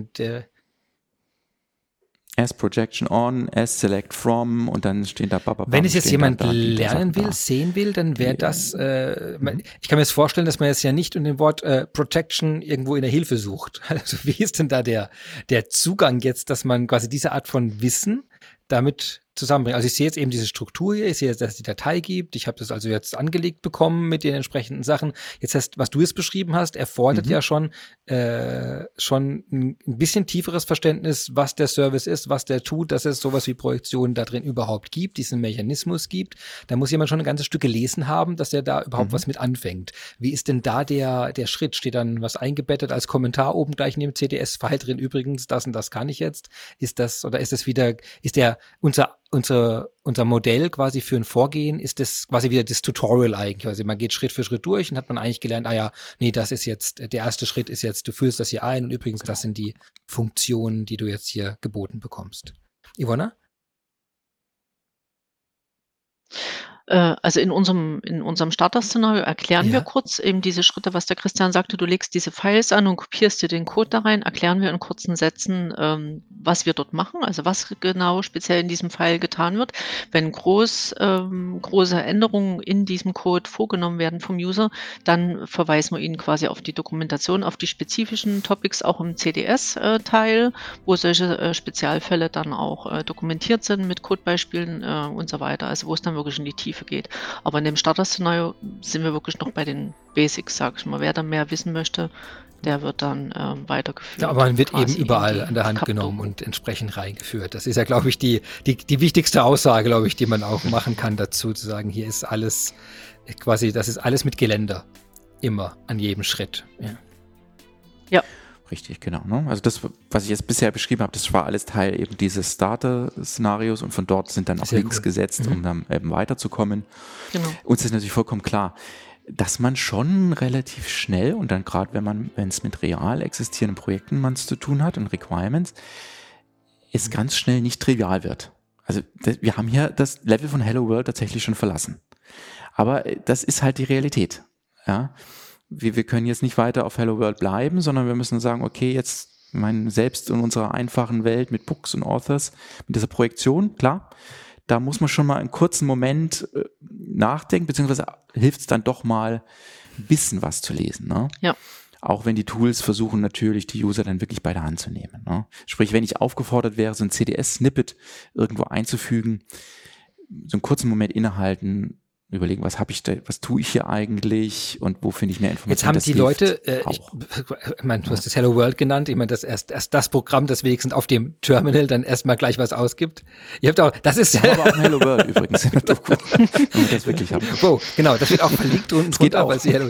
as projection on, as select from und dann stehen da Wenn es jetzt jemand lernen will, sehen will, dann wäre das, ich kann mir jetzt vorstellen, dass man jetzt ja nicht unter dem Wort Projection irgendwo in der Hilfe sucht. Also wie ist denn da der Zugang jetzt, dass man quasi diese Art von Wissen damit zusammenbringen. Also ich sehe jetzt eben diese Struktur hier, ich sehe jetzt, dass es die Datei gibt, ich habe das also jetzt angelegt bekommen mit den entsprechenden Sachen. Jetzt was du jetzt beschrieben hast, erfordert ja schon ein bisschen tieferes Verständnis, was der Service ist, was der tut, dass es sowas wie Projektionen da drin überhaupt gibt, diesen Mechanismus gibt. Da muss jemand schon ein ganzes Stück gelesen haben, dass er da überhaupt was mit anfängt. Wie ist denn da der Schritt? Steht dann was eingebettet als Kommentar oben gleich in dem CDS-File drin? Übrigens, das und das kann ich jetzt. Ist unser Modell quasi für ein Vorgehen, ist das quasi wieder das Tutorial eigentlich. Also man geht Schritt für Schritt durch und hat man eigentlich gelernt, das ist jetzt, der erste Schritt ist jetzt, du füllst das hier ein und übrigens, das sind die Funktionen, die du jetzt hier geboten bekommst. Ivona? Also in unserem Starter-Szenario erklären wir kurz eben diese Schritte, was der Christian sagte. Du legst diese Files an und kopierst dir den Code da rein, erklären wir in kurzen Sätzen, was wir dort machen, also was genau speziell in diesem File getan wird. Wenn große Änderungen in diesem Code vorgenommen werden vom User, dann verweisen wir ihn quasi auf die Dokumentation, auf die spezifischen Topics auch im CDS-Teil, wo solche Spezialfälle dann auch dokumentiert sind mit Codebeispielen und so weiter, also wo es dann wirklich in die Tiefe geht. Aber in dem Starter-Szenario sind wir wirklich noch bei den Basics, sag ich mal. Wer dann mehr wissen möchte, der wird dann weitergeführt. Ja, aber man wird eben überall an der Hand genommen und entsprechend reingeführt. Das ist ja, glaube ich, die wichtigste Aussage, glaube ich, die man auch machen kann dazu, zu sagen, hier ist alles quasi, das ist alles mit Geländer. Immer, an jedem Schritt. Ja. Richtig, genau. Ne? Also das, was ich jetzt bisher beschrieben habe, das war alles Teil eben dieses Starter-Szenarios und von dort sind dann auch Links gesetzt, um dann eben weiterzukommen. Genau. Uns ist natürlich vollkommen klar, dass man schon relativ schnell und dann gerade wenn es mit real existierenden Projekten man es zu tun hat und Requirements, es ganz schnell nicht trivial wird. Also wir haben hier das Level von Hello World tatsächlich schon verlassen. Aber das ist halt die Realität. Ja. Wir können jetzt nicht weiter auf Hello World bleiben, sondern wir müssen sagen, okay, jetzt selbst in unserer einfachen Welt mit Books und Authors, mit dieser Projektion, klar, da muss man schon mal einen kurzen Moment nachdenken, beziehungsweise hilft es dann doch mal, ein bisschen was zu lesen. Ne? Ja. Auch wenn die Tools versuchen natürlich, die User dann wirklich bei der Hand zu nehmen. Ne? Sprich, wenn ich aufgefordert wäre, so ein CDS-Snippet irgendwo einzufügen, so einen kurzen Moment innehalten, überlegen, was tue ich hier eigentlich und wo finde ich mehr Informationen. Jetzt haben die Leute, du hast das Hello World genannt, ich meine, das erst das Programm, das wenigstens auf dem Terminal dann erstmal gleich was ausgibt. Ihr habt auch, das ist aber auch ein Hello World übrigens in der Doku, wenn wir das wirklich haben. Oh, genau, das wird auch verlinkt unten. Das geht auch.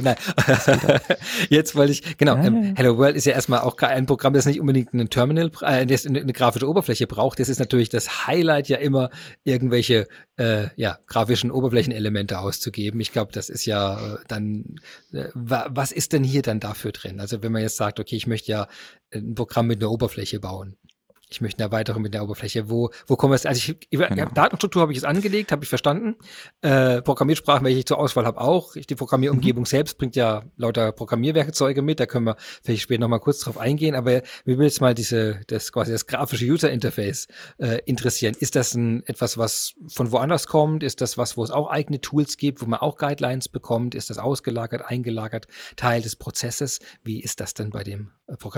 Jetzt wollte ich, Hello World ist ja erstmal auch ein Programm, das nicht unbedingt ein Terminal, das eine grafische Oberfläche braucht. Das ist natürlich das Highlight ja immer, irgendwelche grafischen Oberflächenelemente auszugeben. Ich glaube, das ist ja dann, was ist denn hier dann dafür drin? Also wenn man jetzt sagt, okay, ich möchte ja ein Programm mit einer Oberfläche bauen. Ich möchte eine Erweiterung mit der Oberfläche. Wo kommen wir jetzt? Also Datenstruktur habe ich jetzt angelegt, habe ich verstanden. Programmiersprachen, welche ich zur Auswahl habe, auch. Die Programmierumgebung selbst bringt ja lauter Programmierwerkzeuge mit. Da können wir vielleicht später noch mal kurz drauf eingehen. Aber mir will jetzt mal das grafische User Interface interessieren. Ist das etwas, was von woanders kommt? Ist das was, wo es auch eigene Tools gibt, wo man auch Guidelines bekommt? Ist das ausgelagert, eingelagert, Teil des Prozesses? Wie ist das denn bei dem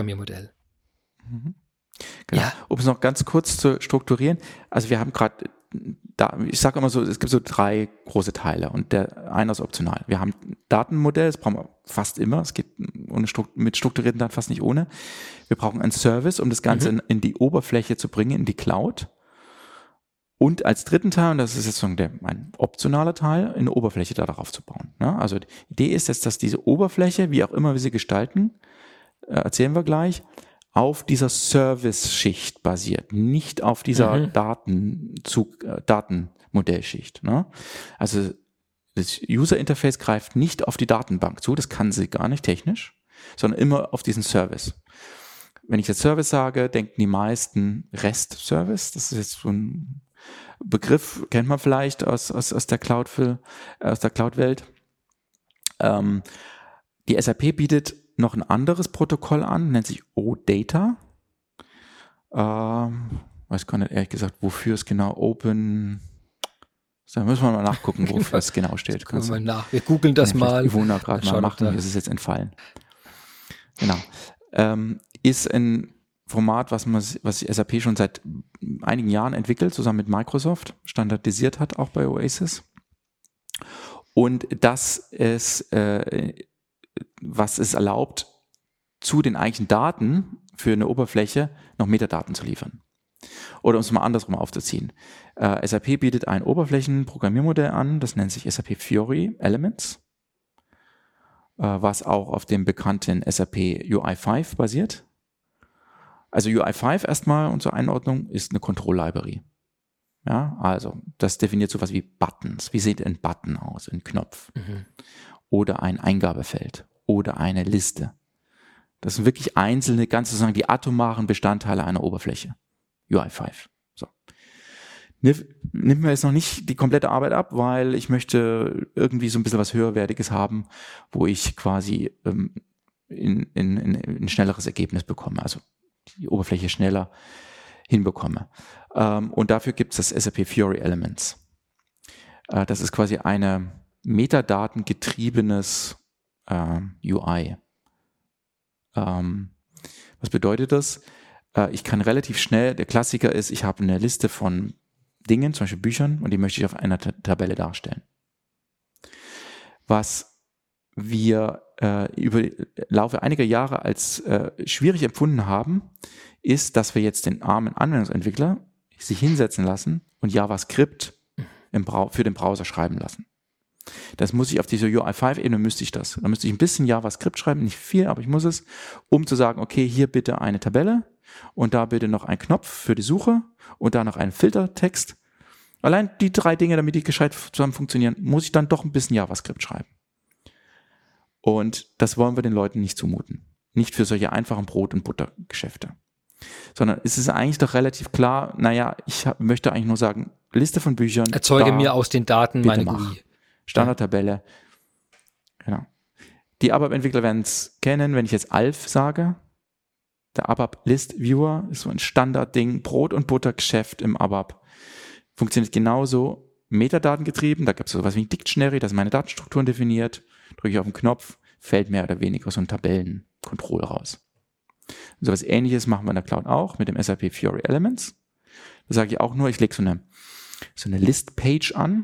Programmiermodell? Genau. Ja. Um es noch ganz kurz zu strukturieren, also wir haben gerade ich sage immer so, es gibt so 3 große Teile und einer ist optional. Wir haben ein Datenmodell, das brauchen wir fast immer, es geht mit strukturierten Daten fast nicht ohne. Wir brauchen einen Service, um das Ganze in die Oberfläche zu bringen, in die Cloud. Und als dritten Teil, und das ist jetzt ein optionaler Teil, eine Oberfläche darauf zu bauen. Ja, also die Idee ist jetzt, dass diese Oberfläche, wie auch immer wir sie gestalten, erzählen wir gleich, auf dieser Service-Schicht basiert, nicht auf dieser Datenmodellschicht. Ne? Also das User-Interface greift nicht auf die Datenbank zu, das kann sie gar nicht technisch, sondern immer auf diesen Service. Wenn ich jetzt Service sage, denken die meisten REST-Service, das ist jetzt so ein Begriff, kennt man vielleicht aus der Cloud-Welt. Die SAP bietet noch ein anderes Protokoll an, nennt sich OData. Weiß gar nicht ehrlich gesagt, wofür es genau da müssen wir mal nachgucken, wofür es genau steht. Wir googeln das mal. Ich wohne da gerade mal machen, ist es jetzt entfallen. Genau. Ist ein Format, was SAP schon seit einigen Jahren entwickelt, zusammen mit Microsoft, standardisiert hat, auch bei Oasis. Und das ist, was es erlaubt, zu den eigentlichen Daten für eine Oberfläche noch Metadaten zu liefern. Oder um es mal andersrum aufzuziehen. SAP bietet ein Oberflächenprogrammiermodell an, das nennt sich SAP Fiori Elements, was auch auf dem bekannten SAP UI5 basiert. Also UI5 erstmal, unsere Einordnung, ist eine Control Library. Ja, also das definiert sowas wie Buttons. Wie sieht ein Button aus, ein Knopf? Oder ein Eingabefeld oder eine Liste. Das sind wirklich einzelne, ganz sozusagen die atomaren Bestandteile einer Oberfläche. UI5. So. Nimmt mir jetzt noch nicht die komplette Arbeit ab, weil ich möchte irgendwie so ein bisschen was Höherwertiges haben, wo ich quasi ein schnelleres Ergebnis bekomme. Also die Oberfläche schneller hinbekomme. Und dafür gibt es das SAP Fiori Elements. Das ist quasi eine metadatengetriebenes UI. Was bedeutet das? Ich kann relativ schnell, der Klassiker ist, ich habe eine Liste von Dingen, zum Beispiel Büchern, und die möchte ich auf einer Tabelle darstellen. Was wir über Laufe einiger Jahre als schwierig empfunden haben, ist, dass wir jetzt den armen Anwendungsentwickler sich hinsetzen lassen und JavaScript für den Browser schreiben lassen. Das muss ich auf dieser UI5-Ebene, müsste ich das. Da müsste ich ein bisschen JavaScript schreiben, nicht viel, aber ich muss es, um zu sagen, okay, hier bitte eine Tabelle und da bitte noch ein Knopf für die Suche und da noch ein Filtertext. Allein die 3 Dinge, damit die gescheit zusammen funktionieren, muss ich dann doch ein bisschen JavaScript schreiben. Und das wollen wir den Leuten nicht zumuten. Nicht für solche einfachen Brot- und Buttergeschäfte. Sondern es ist eigentlich doch relativ klar, naja, ich möchte eigentlich nur sagen, Liste von Büchern. Erzeuge mir aus den Daten meine GUI. Standardtabelle. Genau. Die ABAP-Entwickler werden es kennen, wenn ich jetzt ALF sage. Der ABAP List Viewer ist so ein Standardding, Brot- und Buttergeschäft im ABAP. Funktioniert genauso metadatengetrieben. Da gibt es sowas wie ein Dictionary, das meine Datenstrukturen definiert. Drücke ich auf den Knopf, fällt mehr oder weniger so ein Tabellenkontroll raus. Und sowas Ähnliches machen wir in der Cloud auch mit dem SAP Fiori Elements. Da sage ich auch nur, ich lege so eine List-Page an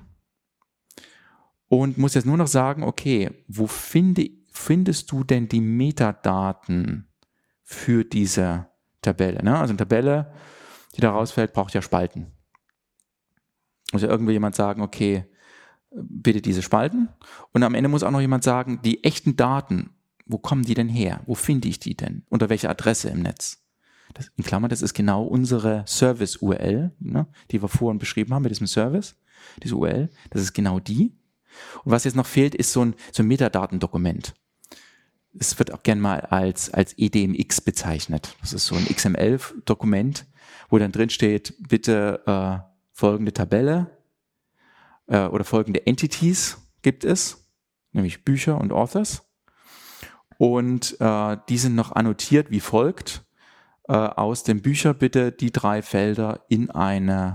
und muss jetzt nur noch sagen, okay, wo findest du denn die Metadaten für diese Tabelle? Ne? Also eine Tabelle, die da rausfällt, braucht ja Spalten. Muss ja irgendwie jemand sagen, okay, bitte diese Spalten. Und am Ende muss auch noch jemand sagen, die echten Daten, wo kommen die denn her? Wo finde ich die denn? Unter welcher Adresse im Netz? Das, in Klammern, das ist genau unsere Service-URL, ne, die wir vorhin beschrieben haben mit diesem Service. Diese URL, das ist genau die. Und was jetzt noch fehlt, ist so ein Metadatendokument. Es wird auch gern mal als EDMX bezeichnet. Das ist so ein XML-Dokument, wo dann drin steht, bitte folgende Tabelle oder folgende Entities gibt es, nämlich Bücher und Authors. Und die sind noch annotiert wie folgt. Aus den Büchern bitte die 3 Felder in eine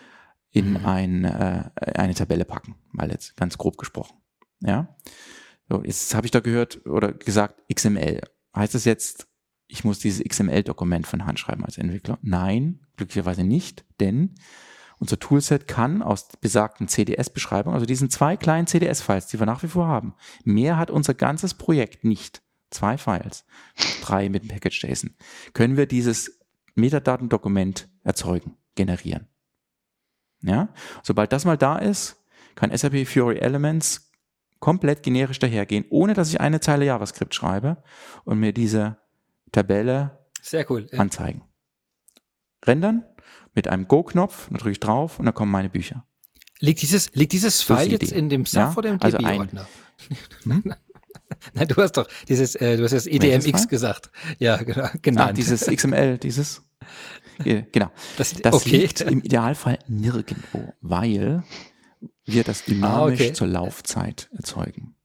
Tabelle packen, mal jetzt ganz grob gesprochen. Ja? So, jetzt habe ich da gehört oder gesagt, XML. Heißt das jetzt, ich muss dieses XML-Dokument von Hand schreiben als Entwickler? Nein, glücklicherweise nicht, denn unser Toolset kann aus besagten CDS-Beschreibungen, also diesen 2 kleinen CDS-Files, die wir nach wie vor haben, mehr hat unser ganzes Projekt nicht. 2 Files, 3 mit dem Package.json, können wir dieses Metadatendokument erzeugen, generieren. Ja? Sobald das mal da ist, kann SAP Fiori Elements komplett generisch dahergehen, ohne dass ich eine Zeile JavaScript schreibe und mir diese Tabelle sehr cool, anzeigen. Rendern mit einem Go-Knopf, da drücke ich drauf und dann kommen meine Bücher. Liegt dieses File jetzt in dem SAF oder im DB-Ordner? Nein, du hast das EDMX gesagt. Ja, genau. Dieses XML, genau. Das liegt im Idealfall nirgendwo, weil wir das dynamisch zur Laufzeit erzeugen.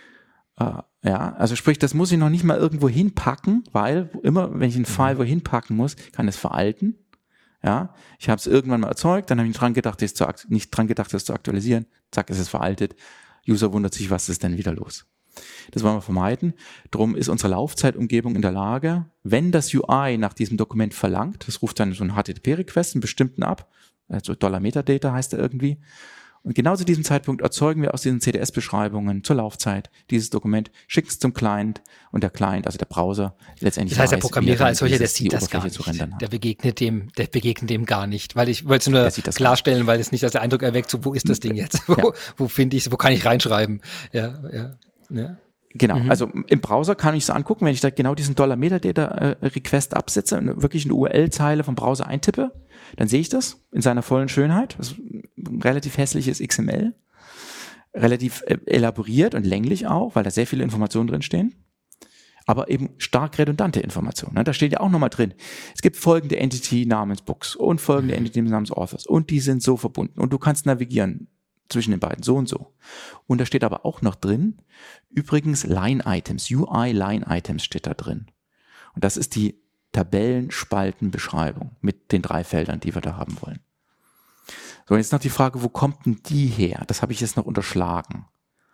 Also sprich, das muss ich noch nicht mal irgendwo hinpacken, weil immer, wenn ich einen File wohin packen muss, kann es veralten. Ja, ich habe es irgendwann mal erzeugt, dann habe ich nicht dran gedacht, es zu aktualisieren. Zack, es ist veraltet. User wundert sich, was ist denn wieder los? Das wollen wir vermeiden. Darum ist unsere Laufzeitumgebung in der Lage, wenn das UI nach diesem Dokument verlangt, das ruft dann so einen HTTP-Request, einen bestimmten ab, also $Metadata heißt er irgendwie. Und genau zu diesem Zeitpunkt erzeugen wir aus diesen CDS-Beschreibungen zur Laufzeit dieses Dokument, schicken es zum Client und der Client, also der Browser, letztendlich das heißt, der Programmierer als solcher, der sieht das gar nicht. Der begegnet dem gar nicht, weil ich wollte es nur klarstellen, weil es nicht als der Eindruck erweckt, so, wo ist das Ding jetzt? Wo finde ich es? Wo kann ich reinschreiben? Ja. Genau, also im Browser kann ich es angucken, wenn ich da genau diesen $Metadata-Request absetze und wirklich eine URL-Zeile vom Browser eintippe, dann sehe ich das in seiner vollen Schönheit. Das ist ein relativ hässliches XML, relativ elaboriert und länglich auch, weil da sehr viele Informationen drin stehen, aber eben stark redundante Informationen. Da steht ja auch nochmal drin, es gibt folgende Entity namens Books und folgende Entity namens Authors und die sind so verbunden und du kannst navigieren zwischen den beiden, so und so. Und da steht aber auch noch drin, übrigens Line-Items, UI-Line-Items steht da drin. Und das ist die Tabellenspaltenbeschreibung mit den 3 Feldern, die wir da haben wollen. So, und jetzt noch die Frage, wo kommt denn die her? Das habe ich jetzt noch unterschlagen.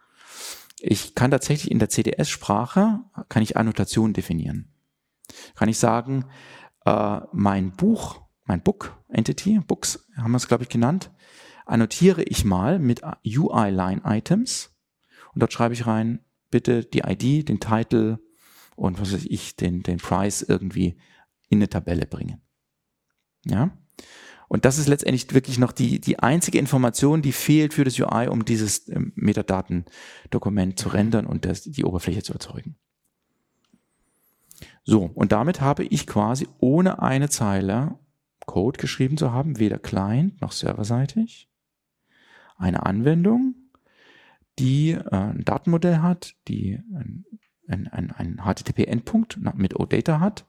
Ich kann tatsächlich in der CDS-Sprache, kann ich Annotationen definieren. Kann ich sagen, mein Book Entity, Books haben wir es, glaube ich, genannt, annotiere ich mal mit UI-Line-Items und dort schreibe ich rein, bitte die ID, den Titel und was weiß ich, den Price irgendwie in eine Tabelle bringen. Ja? Und das ist letztendlich wirklich noch die einzige Information, die fehlt für das UI, um dieses Metadatendokument zu rendern und die Oberfläche zu erzeugen. So, und damit habe ich quasi ohne eine Zeile Code geschrieben zu haben, weder Client noch serverseitig, eine Anwendung, die ein Datenmodell hat, die ein HTTP-Endpunkt mit OData hat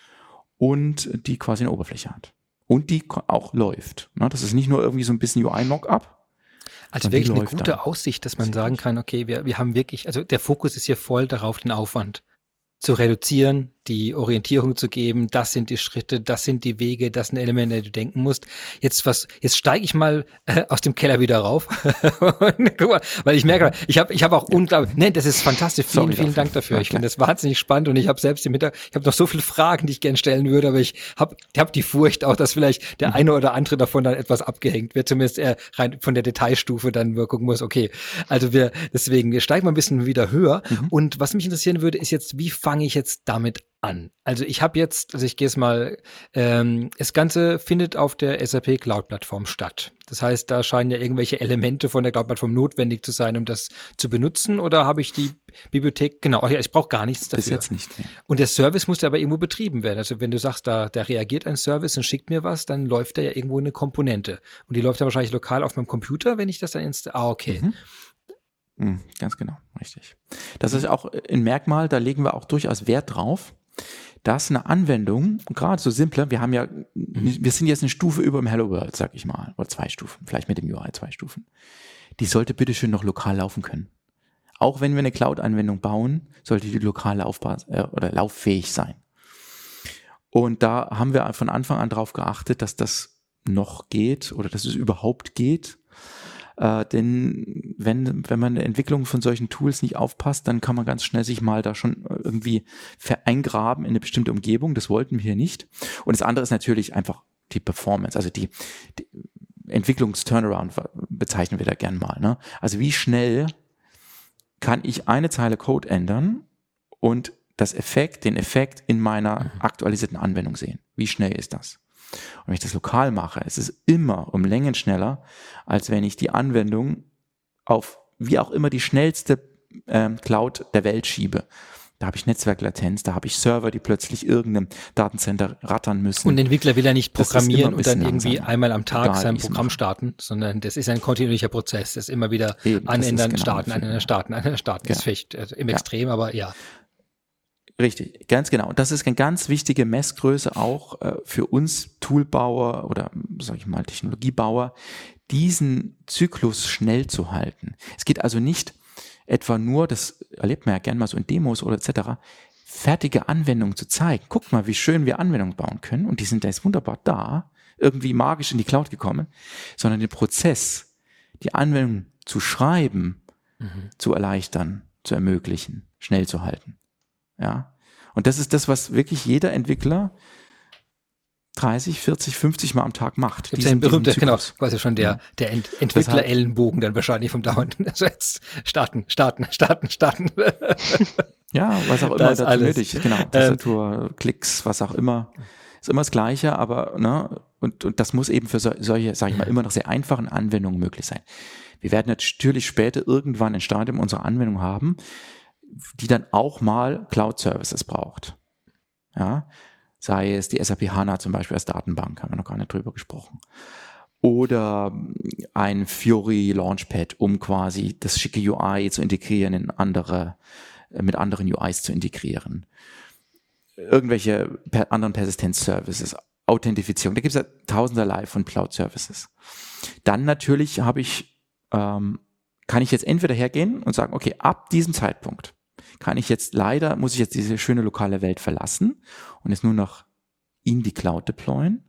und die quasi eine Oberfläche hat. Und die auch läuft. Das ist nicht nur irgendwie so ein bisschen UI-Mockup. Also wirklich eine gute Aussicht, dass man sagen kann, okay, wir haben wirklich, also der Fokus ist hier voll darauf, den Aufwand zu reduzieren, die Orientierung zu geben, das sind die Schritte, das sind die Wege, das sind Elemente, die du denken musst. Jetzt steige ich mal aus dem Keller wieder rauf. Guck mal, weil ich merke, ich habe auch unglaublich, das ist fantastisch, vielen Dank dafür. Ich finde das wahnsinnig spannend und ich habe selbst ich habe noch so viele Fragen, die ich gerne stellen würde, aber ich habe die Furcht auch, dass vielleicht der eine oder andere davon dann etwas abgehängt wird, zumindest rein von der Detailstufe dann wir gucken muss, okay, also wir steigen mal ein bisschen wieder höher und was mich interessieren würde, ist jetzt, wie fange ich jetzt damit an? Also ich gehe es mal, das Ganze findet auf der SAP Cloud-Plattform statt. Das heißt, da scheinen ja irgendwelche Elemente von der Cloud-Plattform notwendig zu sein, um das zu benutzen, oder habe ich die Bibliothek, genau, ich brauche gar nichts dafür. Bis jetzt nicht. Nee. Und der Service muss ja aber irgendwo betrieben werden. Also wenn du sagst, da reagiert ein Service und schickt mir was, dann läuft da ja irgendwo eine Komponente. Und die läuft ja wahrscheinlich lokal auf meinem Computer, wenn ich das dann okay. Ganz genau, richtig. Das ist auch ein Merkmal, da legen wir auch durchaus Wert drauf, dass eine Anwendung, gerade so simple, wir sind jetzt eine Stufe über im Hello World, sag ich mal, oder 2 Stufen, vielleicht mit dem UI 2 Stufen. Die sollte bitteschön noch lokal laufen können. Auch wenn wir eine Cloud-Anwendung bauen, sollte die lokal lauffähig sein. Und da haben wir von Anfang an darauf geachtet, dass das noch geht oder dass es überhaupt geht. Denn wenn man eine Entwicklung von solchen Tools nicht aufpasst, dann kann man ganz schnell sich mal da schon irgendwie eingraben in eine bestimmte Umgebung. Das wollten wir hier nicht. Und das andere ist natürlich einfach die Performance. Also Entwicklungsturnaround bezeichnen wir da gern mal. Ne? Also wie schnell kann ich eine Zeile Code ändern und den Effekt in meiner aktualisierten Anwendung sehen? Wie schnell ist das? Und wenn ich das lokal mache, ist es immer um Längen schneller, als wenn ich die Anwendung auf wie auch immer die schnellste Cloud der Welt schiebe. Da habe ich Netzwerklatenz, da habe ich Server, die plötzlich irgendeinem Datencenter rattern müssen. Und der Entwickler will ja nicht programmieren und dann irgendwie einmal am Tag sein Programm starten, sondern das ist ein kontinuierlicher Prozess. Das ist immer wieder anändern, starten. Das ist vielleicht im Extrem, aber ja. Richtig, ganz genau. Und das ist eine ganz wichtige Messgröße auch für uns Toolbauer oder, sage ich mal, Technologiebauer, diesen Zyklus schnell zu halten. Es geht also nicht etwa nur, das erlebt man ja gerne mal so in Demos oder etc., fertige Anwendungen zu zeigen. Guck mal, wie schön wir Anwendungen bauen können und die sind da jetzt wunderbar da, irgendwie magisch in die Cloud gekommen, sondern den Prozess, die Anwendung zu schreiben, zu erleichtern, zu ermöglichen, schnell zu halten. Ja. Und das ist das, was wirklich jeder Entwickler 30, 40, 50 Mal am Tag macht. Das ist ein berühmter, genau, quasi schon der Entwickler-Ellenbogen dann wahrscheinlich vom dauernden, also jetzt starten. Ja, was auch immer dazu nötig ist, genau, Tastatur, Klicks, was auch immer, ist immer das Gleiche, aber, ne, und das muss eben für solche, sage ich mal, immer noch sehr einfachen Anwendungen möglich sein. Wir werden natürlich später irgendwann ein Stadium unserer Anwendung haben, die dann auch mal Cloud-Services braucht. Ja, sei es die SAP HANA zum Beispiel als Datenbank, haben wir noch gar nicht drüber gesprochen. Oder ein Fiori Launchpad, um quasi das schicke UI zu integrieren mit anderen UIs zu integrieren. Irgendwelche anderen Persistenz-Services, Authentifizierung, da gibt es ja tausenderlei von Cloud-Services. Dann natürlich kann ich jetzt entweder hergehen und sagen, okay, ab diesem Zeitpunkt muss ich jetzt diese schöne lokale Welt verlassen und es nur noch in die Cloud deployen.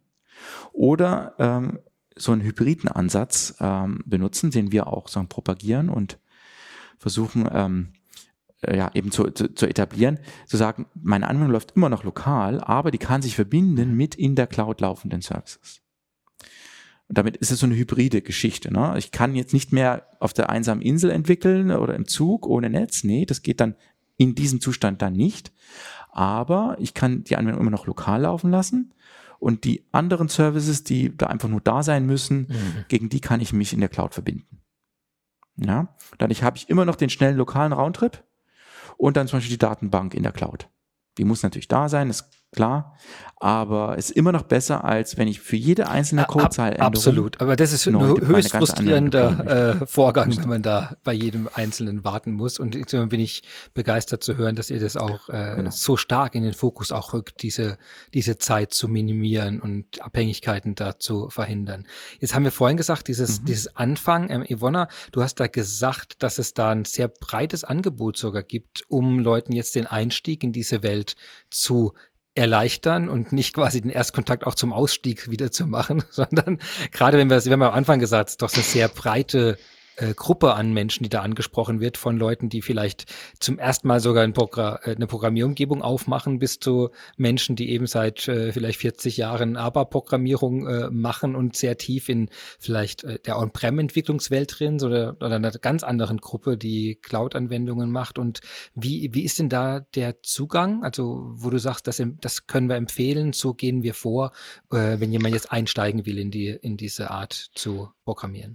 Oder so einen hybriden Ansatz benutzen, den wir auch propagieren und versuchen eben zu etablieren, zu sagen, meine Anwendung läuft immer noch lokal, aber die kann sich verbinden mit in der Cloud laufenden Services. Und damit ist es so eine hybride Geschichte. Ne? Ich kann jetzt nicht mehr auf der einsamen Insel entwickeln oder im Zug ohne Netz. Nee, das geht dann in diesem Zustand dann nicht. Aber ich kann die Anwendung immer noch lokal laufen lassen und die anderen Services, die da einfach nur da sein müssen, gegen die kann ich mich in der Cloud verbinden. Ja, dadurch habe ich immer noch den schnellen lokalen Roundtrip und dann zum Beispiel die Datenbank in der Cloud. Die muss natürlich da sein, ist klar, aber es ist immer noch besser, als wenn ich für jede einzelne Codezeile absolut, aber das ist ein höchst frustrierender Vorgang, wenn man da bei jedem Einzelnen warten muss. Und insofern bin ich begeistert zu hören, dass ihr das auch so stark in den Fokus auch rückt, diese Zeit zu minimieren und Abhängigkeiten da zu verhindern. Jetzt haben wir vorhin gesagt, dieses Anfang, Yvonna, du hast da gesagt, dass es da ein sehr breites Angebot sogar gibt, um Leuten jetzt den Einstieg in diese Welt zu erleichtern und nicht quasi den Erstkontakt auch zum Ausstieg wieder zu machen, sondern gerade wir haben am Anfang gesagt, es ist doch eine sehr breite Gruppe an Menschen, die da angesprochen wird, von Leuten, die vielleicht zum ersten Mal sogar eine Programmierumgebung aufmachen, bis zu Menschen, die eben seit vielleicht 40 Jahren ABAP-Programmierung machen und sehr tief in vielleicht der On-Prem-Entwicklungswelt drin sind oder einer ganz anderen Gruppe, die Cloud-Anwendungen macht. Und wie ist denn da der Zugang? Also wo du sagst, das können wir empfehlen, so gehen wir vor, wenn jemand jetzt einsteigen will in diese Art zu programmieren.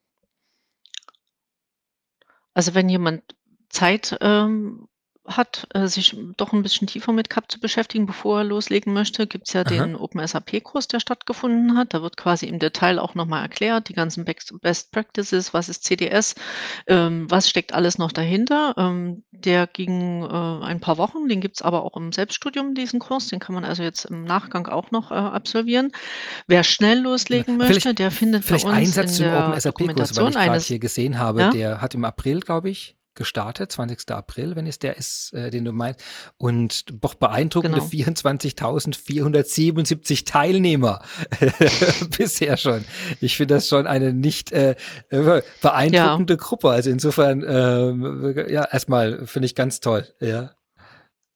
Also wenn jemand Zeit hat, sich doch ein bisschen tiefer mit CAP zu beschäftigen, bevor er loslegen möchte, gibt's ja den OpenSAP-Kurs, der stattgefunden hat. Da wird quasi im Detail auch nochmal erklärt, die ganzen Best Practices, was ist CDS, was steckt alles noch dahinter. Der ging ein paar Wochen, den gibt's aber auch im Selbststudium, diesen Kurs. Den kann man also jetzt im Nachgang auch noch absolvieren. Wer schnell loslegen möchte, der findet bei uns ein Satz in zum der OpenSAP-Kurs, weil ich gerade hier gesehen habe, der hat im April, glaube ich, gestartet, 20. April, wenn es der ist, den du meinst. Und doch beeindruckende 24.477 Teilnehmer bisher schon. Ich finde das schon eine nicht beeindruckende Gruppe. Also insofern, erstmal finde ich ganz toll. Ja.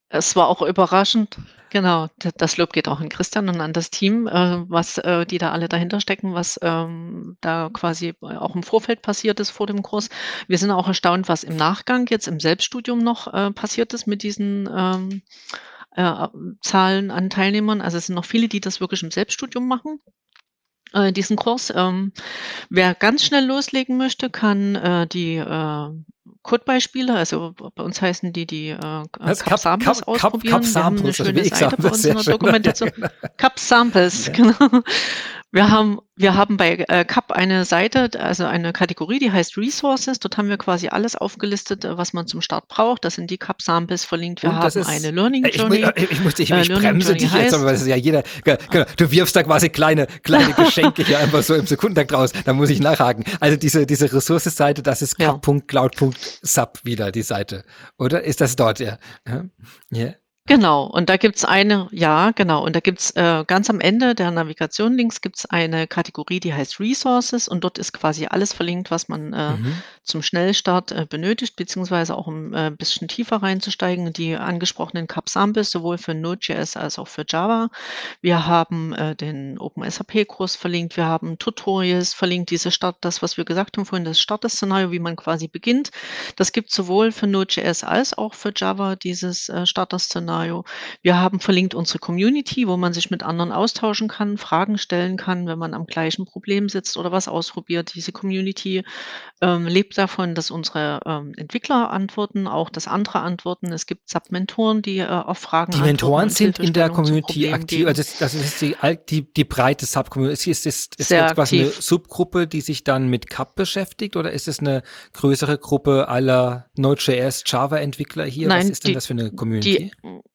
Es war auch überraschend. Genau, das Lob geht auch an Christian und an das Team, was die da alle dahinter stecken, was da quasi auch im Vorfeld passiert ist vor dem Kurs. Wir sind auch erstaunt, was im Nachgang jetzt im Selbststudium noch passiert ist mit diesen äh, Zahlen an Teilnehmern. Also es sind noch viele, die das wirklich im Selbststudium machen, diesen Kurs. Wer ganz schnell loslegen möchte, kann die Codebeispiele, also bei uns heißen die Cup Samples ausprobieren. Cup Wir haben eine Samples, also schöne Seite bei Samples, uns in sehr der schön. Dokumentation. Ja, genau. Cup Samples, Ja. genau. Wir haben bei Cup eine Seite, also eine Kategorie, die heißt Resources. Dort haben wir quasi alles aufgelistet, was man zum Start braucht. Das sind die Cup Samples verlinkt. Wir Und das haben eine ist, Learning Journey. ich Learning bremse Journey dich jetzt, aber das heißt, ist ja jeder, genau, du wirfst da quasi kleine Geschenke hier einfach so im Sekundentakt raus, da muss ich nachhaken. Also diese Ressourcenseite, das ist ja. cup.cloud.sub wieder die Seite, oder? Ist das dort, ja? Ja. Genau, und da gibt's und da gibt's ganz am Ende der Navigation links gibt's eine Kategorie, die heißt Resources und dort ist quasi alles verlinkt, was man Mhm. zum Schnellstart benötigt, beziehungsweise auch um bisschen tiefer reinzusteigen. Die angesprochenen Cup-Samples, sowohl für Node.js als auch für Java. Wir haben den OpenSAP-Kurs verlinkt, wir haben Tutorials verlinkt, das, was wir gesagt haben vorhin, das Starter-Szenario, wie man quasi beginnt. Das gibt sowohl für Node.js als auch für Java, dieses Starter-Szenario. Wir haben verlinkt unsere Community, wo man sich mit anderen austauschen kann, Fragen stellen kann, wenn man am gleichen Problem sitzt oder was ausprobiert. Diese Community lebt davon, dass unsere Entwickler antworten, auch dass andere antworten. Es gibt Submentoren, die auf Fragen Die antworten Mentoren und sind in der Hilfestellungen zu Community Problemen aktiv, geben. also das ist die breite Subcommunity. Ist Sehr jetzt quasi eine aktiv. Subgruppe, die sich dann mit Cup beschäftigt, oder ist es eine größere Gruppe aller Node.js Java-Entwickler hier? Was Nein, ist denn das für eine die, Community?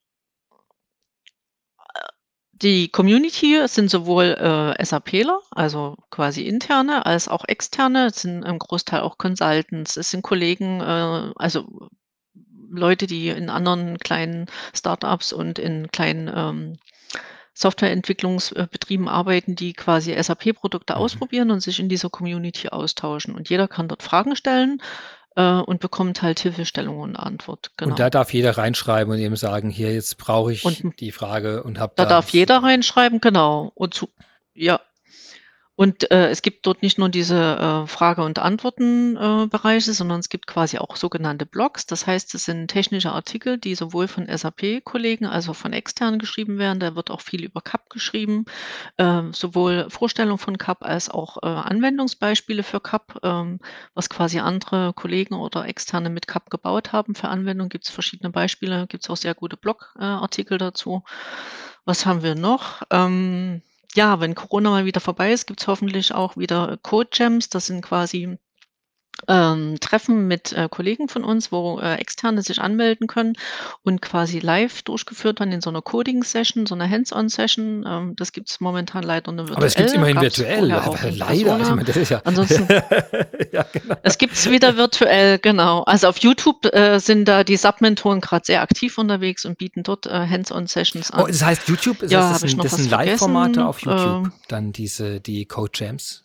die Community sind sowohl SAPler, also quasi interne, als auch externe. Es sind im Großteil auch Consultants. Es sind Kollegen, also Leute, die in anderen kleinen Startups und in kleinen Softwareentwicklungsbetrieben arbeiten, die quasi SAP-Produkte Mhm. ausprobieren und sich in dieser Community austauschen. Und jeder kann dort Fragen stellen und bekommt halt Hilfestellung und Antwort. Und da Genau. darf jeder reinschreiben und eben sagen, hier, jetzt brauche ich Und die Frage und habe da da. darf jeder reinschreiben, genau. Ja. Und es gibt dort nicht nur diese Frage- und Antworten-Bereiche, sondern es gibt quasi auch sogenannte Blogs. Das heißt, es sind technische Artikel, die sowohl von SAP-Kollegen als auch von externen geschrieben werden. Da wird auch viel über CAP geschrieben, sowohl Vorstellung von CAP als auch Anwendungsbeispiele für CAP, was quasi andere Kollegen oder Externe mit CAP gebaut haben für Anwendungen. Gibt es verschiedene Beispiele, gibt es auch sehr gute Blogartikel dazu. Was haben wir noch? Ja, wenn Corona mal wieder vorbei ist, gibt's hoffentlich auch wieder Code Jams. Das sind quasi Treffen mit Kollegen von uns, wo Externe sich anmelden können und quasi live durchgeführt werden in so einer Coding-Session, so einer Hands-on-Session. Das gibt's momentan leider nur Aber es gibt es virtuell, immerhin gab's virtuell, vorher auch aber in leider. Also ich Persona. meine, das ist ja. Ansonsten, Ja, genau. es gibt's wieder virtuell, genau. Also auf YouTube sind da die Submentoren gerade sehr aktiv unterwegs und bieten dort Hands-on-Sessions Oh, an. das heißt, YouTube, Ja, habe ich noch das was sind Live-Formate vergessen? auf YouTube, dann die Code Jams.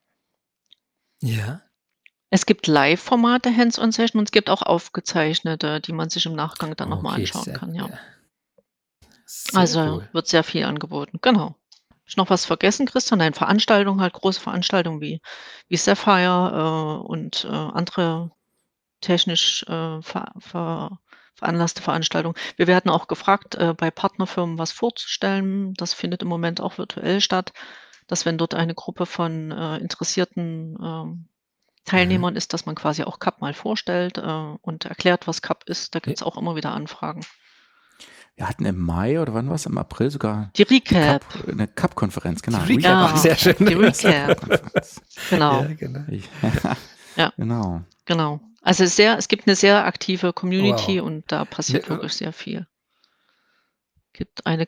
Ja. Es gibt Live-Formate, Hands-on-Session und es gibt auch aufgezeichnete, die man sich im Nachgang dann noch mal Okay, anschauen sehr, kann, ja. ja. Sehr Also, cool. wird sehr viel angeboten, genau. Habe ich noch was vergessen, Christian? Nein, Veranstaltungen, halt große Veranstaltungen wie Sapphire und andere technisch veranlasste Veranstaltungen. Wir werden auch gefragt, bei Partnerfirmen was vorzustellen. Das findet im Moment auch virtuell statt, dass wenn dort eine Gruppe von interessierten Teilnehmern ist, dass man quasi auch CAP mal vorstellt und erklärt, was CAP ist. Da Ja. gibt's auch immer wieder Anfragen. Wir hatten im Mai oder wann war es? Im April sogar Die Recap. eine Cup-Konferenz, genau. Die Recap, Ja, sehr schön. die Recap. Genau, Ja, genau. Ja. Genau. genau. Also es gibt eine sehr aktive Community Wow. und da passiert Ne, wirklich sehr viel. Gibt eine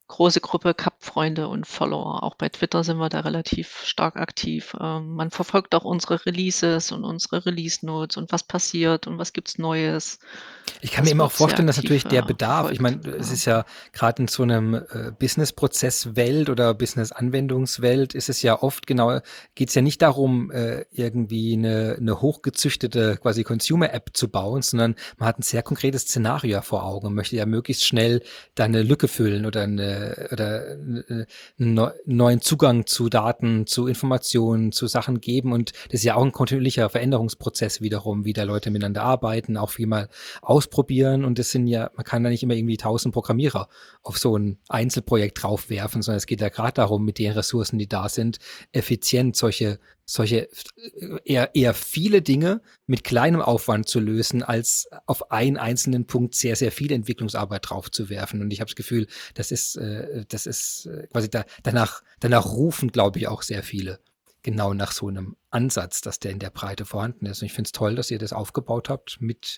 große Gruppe CAP-Freunde und Follower. Auch bei Twitter sind wir da relativ stark aktiv. Man verfolgt auch unsere Releases und unsere Release-Notes und was passiert und was gibt's Neues. Ich kann mir Das immer auch wird sehr vorstellen, dass aktiv natürlich der Bedarf, ich meine, verfolgt, es genau. ist ja gerade in so einem Business-Prozess-Welt oder Business-Anwendungswelt ist es ja oft genau, geht es ja nicht darum, irgendwie eine hochgezüchtete quasi Consumer-App zu bauen, sondern man hat ein sehr konkretes Szenario vor Augen und möchte ja möglichst schnell da eine Lücke füllen oder einen neuen Zugang zu Daten, zu Informationen, zu Sachen geben. Und das ist ja auch ein kontinuierlicher Veränderungsprozess wiederum, wie da Leute miteinander arbeiten, auch viel mal ausprobieren. Und das sind ja, man kann da nicht immer irgendwie 1000 Programmierer auf so ein Einzelprojekt draufwerfen, sondern es geht ja gerade darum, mit den Ressourcen, die da sind, effizient solche eher viele Dinge mit kleinem Aufwand zu lösen, als auf einen einzelnen Punkt sehr, sehr viel Entwicklungsarbeit draufzuwerfen. Und ich habe das Gefühl, das ist quasi danach rufen, glaube ich, auch sehr viele genau nach so einem Ansatz, dass der in der Breite vorhanden ist. Und ich finde es toll, dass ihr das aufgebaut habt mit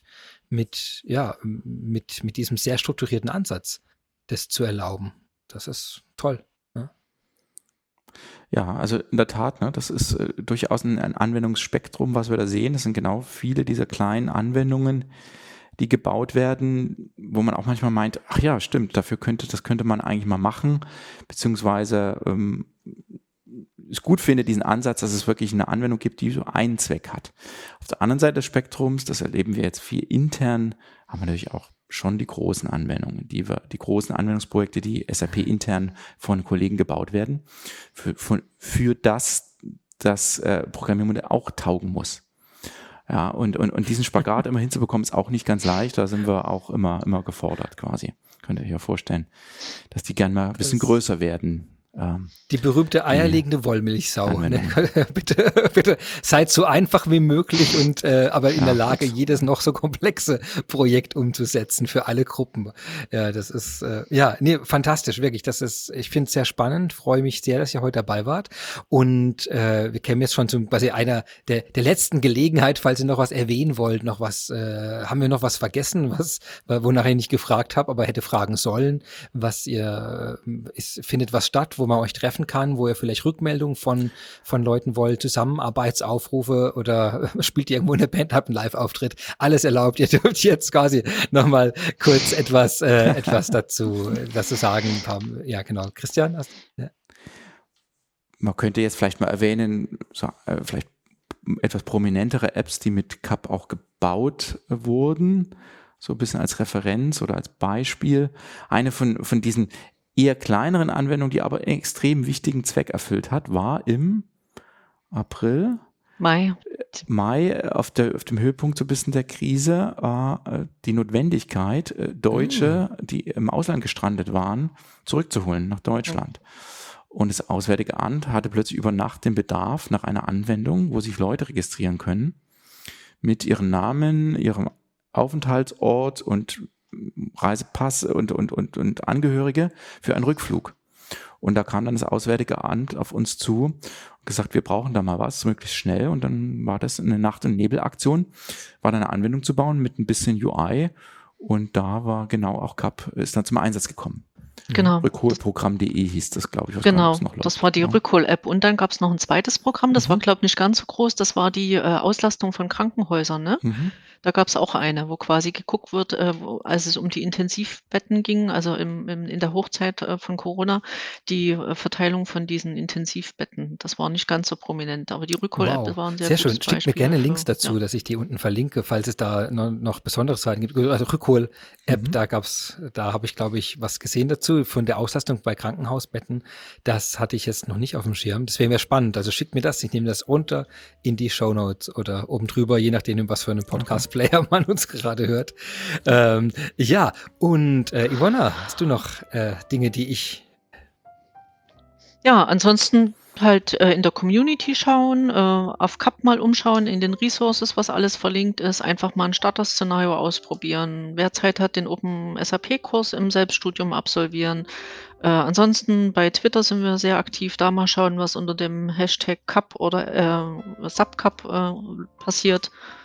diesem sehr strukturierten Ansatz, das zu erlauben. Das ist toll. Ne? Ja, also in der Tat, ne, das ist durchaus ein Anwendungsspektrum, was wir da sehen. Das sind genau viele dieser kleinen Anwendungen, die gebaut werden, wo man auch manchmal meint, ach ja, stimmt, das könnte man eigentlich mal machen, beziehungsweise es gut finde, diesen Ansatz, dass es wirklich eine Anwendung gibt, die so einen Zweck hat. Auf der anderen Seite des Spektrums, das erleben wir jetzt viel intern, haben wir natürlich auch schon die großen Anwendungen, die großen Anwendungsprojekte, die SAP intern von Kollegen gebaut werden, für das Programmiermodell auch taugen muss. Ja, und diesen Spagat immer hinzubekommen, ist auch nicht ganz leicht. Da sind wir auch immer gefordert quasi. Könnt ihr euch ja vorstellen, dass die gerne mal ein bisschen größer werden. Die berühmte eierlegende Wollmilchsau. Ne? bitte seid so einfach wie möglich und aber in der Lage, jedes noch so komplexe Projekt umzusetzen für alle Gruppen. Ja, das ist fantastisch, wirklich. Ich finde es sehr spannend, freue mich sehr, dass ihr heute dabei wart. Und wir kämen jetzt schon zum quasi einer der letzten Gelegenheit, falls ihr noch was erwähnen wollt, noch was, haben wir noch was vergessen, wonach ich nicht gefragt habe, aber hätte fragen sollen, was ihr findet was statt, wo man euch treffen kann, wo ihr vielleicht Rückmeldungen von Leuten wollt, Zusammenarbeitsaufrufe oder spielt ihr irgendwo in der Band, habt einen Live-Auftritt, alles erlaubt. Ihr dürft jetzt quasi nochmal kurz etwas dazu sagen. Ja, genau. Christian? Man könnte jetzt vielleicht mal erwähnen, vielleicht etwas prominentere Apps, die mit CAP auch gebaut wurden, so ein bisschen als Referenz oder als Beispiel. Eine von diesen eher kleineren Anwendung, die aber einen extrem wichtigen Zweck erfüllt hat, war im Mai auf dem Höhepunkt so ein bisschen der Krise die Notwendigkeit, Deutsche, die im Ausland gestrandet waren, zurückzuholen nach Deutschland. Und das Auswärtige Amt hatte plötzlich über Nacht den Bedarf nach einer Anwendung, wo sich Leute registrieren können, mit ihrem Namen, ihrem Aufenthaltsort und Reisepass und Angehörige für einen Rückflug. Und da kam dann das Auswärtige Amt auf uns zu und gesagt, wir brauchen da mal was, möglichst schnell. Und dann war das eine Nacht- und Nebelaktion, war da eine Anwendung zu bauen mit ein bisschen UI. Und da war genau auch CAP, ist dann zum Einsatz gekommen. Genau. Rückholprogramm.de hieß das, glaube ich. Genau, das war die Rückhol-App. Und dann gab es noch ein zweites Programm, das war, glaube ich, nicht ganz so groß. Das war die Auslastung von Krankenhäusern. Ne? Da gab es auch eine, wo quasi geguckt wird, als es um die Intensivbetten ging, also in der Hochzeit von Corona, die Verteilung von diesen Intensivbetten. Das war nicht ganz so prominent, aber die Rückhol-App, das war ein sehr schön. Beispiel. Schickt mir gerne Links dazu, dass ich die unten verlinke, falls es da noch besondere Seiten gibt. Also Rückhol-App, da habe ich, glaube ich, was gesehen dazu von der Auslastung bei Krankenhausbetten. Das hatte ich jetzt noch nicht auf dem Schirm. Das wäre mir spannend. Also schickt mir das. Ich nehme das runter in die Shownotes oder oben drüber, je nachdem, was für einen Podcast-Player man uns gerade hört. Ja, und Ivona, hast du noch Dinge, die ich... Ja, ansonsten halt in der Community schauen, auf CAP mal umschauen, in den Resources, was alles verlinkt ist, einfach mal ein Starter-Szenario ausprobieren. Wer Zeit hat, den Open SAP-Kurs im Selbststudium absolvieren. Ansonsten bei Twitter sind wir sehr aktiv, da mal schauen, was unter dem Hashtag CAP oder SubCAP passiert.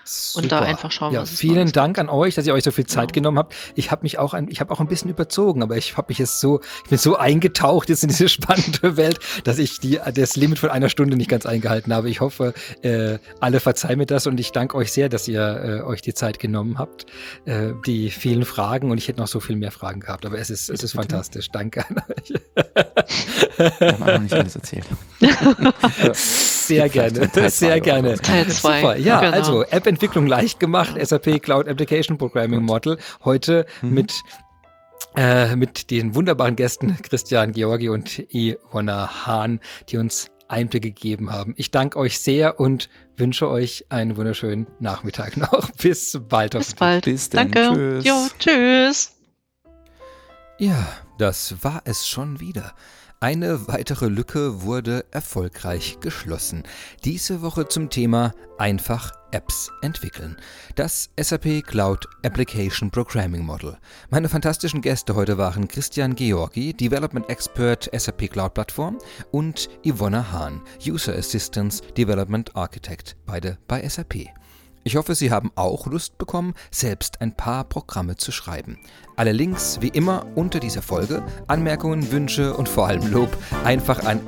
und da einfach schauen, was es vielen Neues Dank gibt. an euch, dass ihr euch so viel Zeit genommen habt. Ich habe auch ein bisschen überzogen, aber ich bin so eingetaucht jetzt in diese spannende Welt, dass ich das Limit von 1 Stunde nicht ganz eingehalten habe. Ich hoffe, alle verzeihen mir das und ich danke euch sehr, dass ihr euch die Zeit genommen habt. Die vielen Fragen und ich hätte noch so viel mehr Fragen gehabt, aber es ist fantastisch. Danke an euch. Wir haben auch noch nicht alles erzählt. Sehr gerne, sehr gerne. Teil 2. Super, ja, Genau. also App-Entwicklung leicht gemacht, SAP Cloud Application Programming Model. Heute mit den wunderbaren Gästen Christian Georgi und Ivona Hahn, die uns Einblicke gegeben haben. Ich danke euch sehr und wünsche euch einen wunderschönen Nachmittag noch. Bis bald. Bis bald. Bis dann. Danke. Tschüss. Jo, tschüss. Ja, das war es schon wieder. Eine weitere Lücke wurde erfolgreich geschlossen. Diese Woche zum Thema einfach Apps entwickeln. Das SAP Cloud Application Programming Model. Meine fantastischen Gäste heute waren Christian Georgi, Development Expert SAP Cloud Plattform, und Ivona Hahn, User Assistance Development Architect, beide bei SAP. Ich hoffe, Sie haben auch Lust bekommen, selbst ein paar Programme zu schreiben. Alle Links, wie immer, unter dieser Folge. Anmerkungen, Wünsche und vor allem Lob einfach an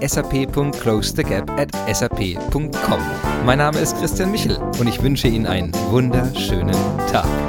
sap.closethegap@sap.com. Mein Name ist Christian Michel und ich wünsche Ihnen einen wunderschönen Tag.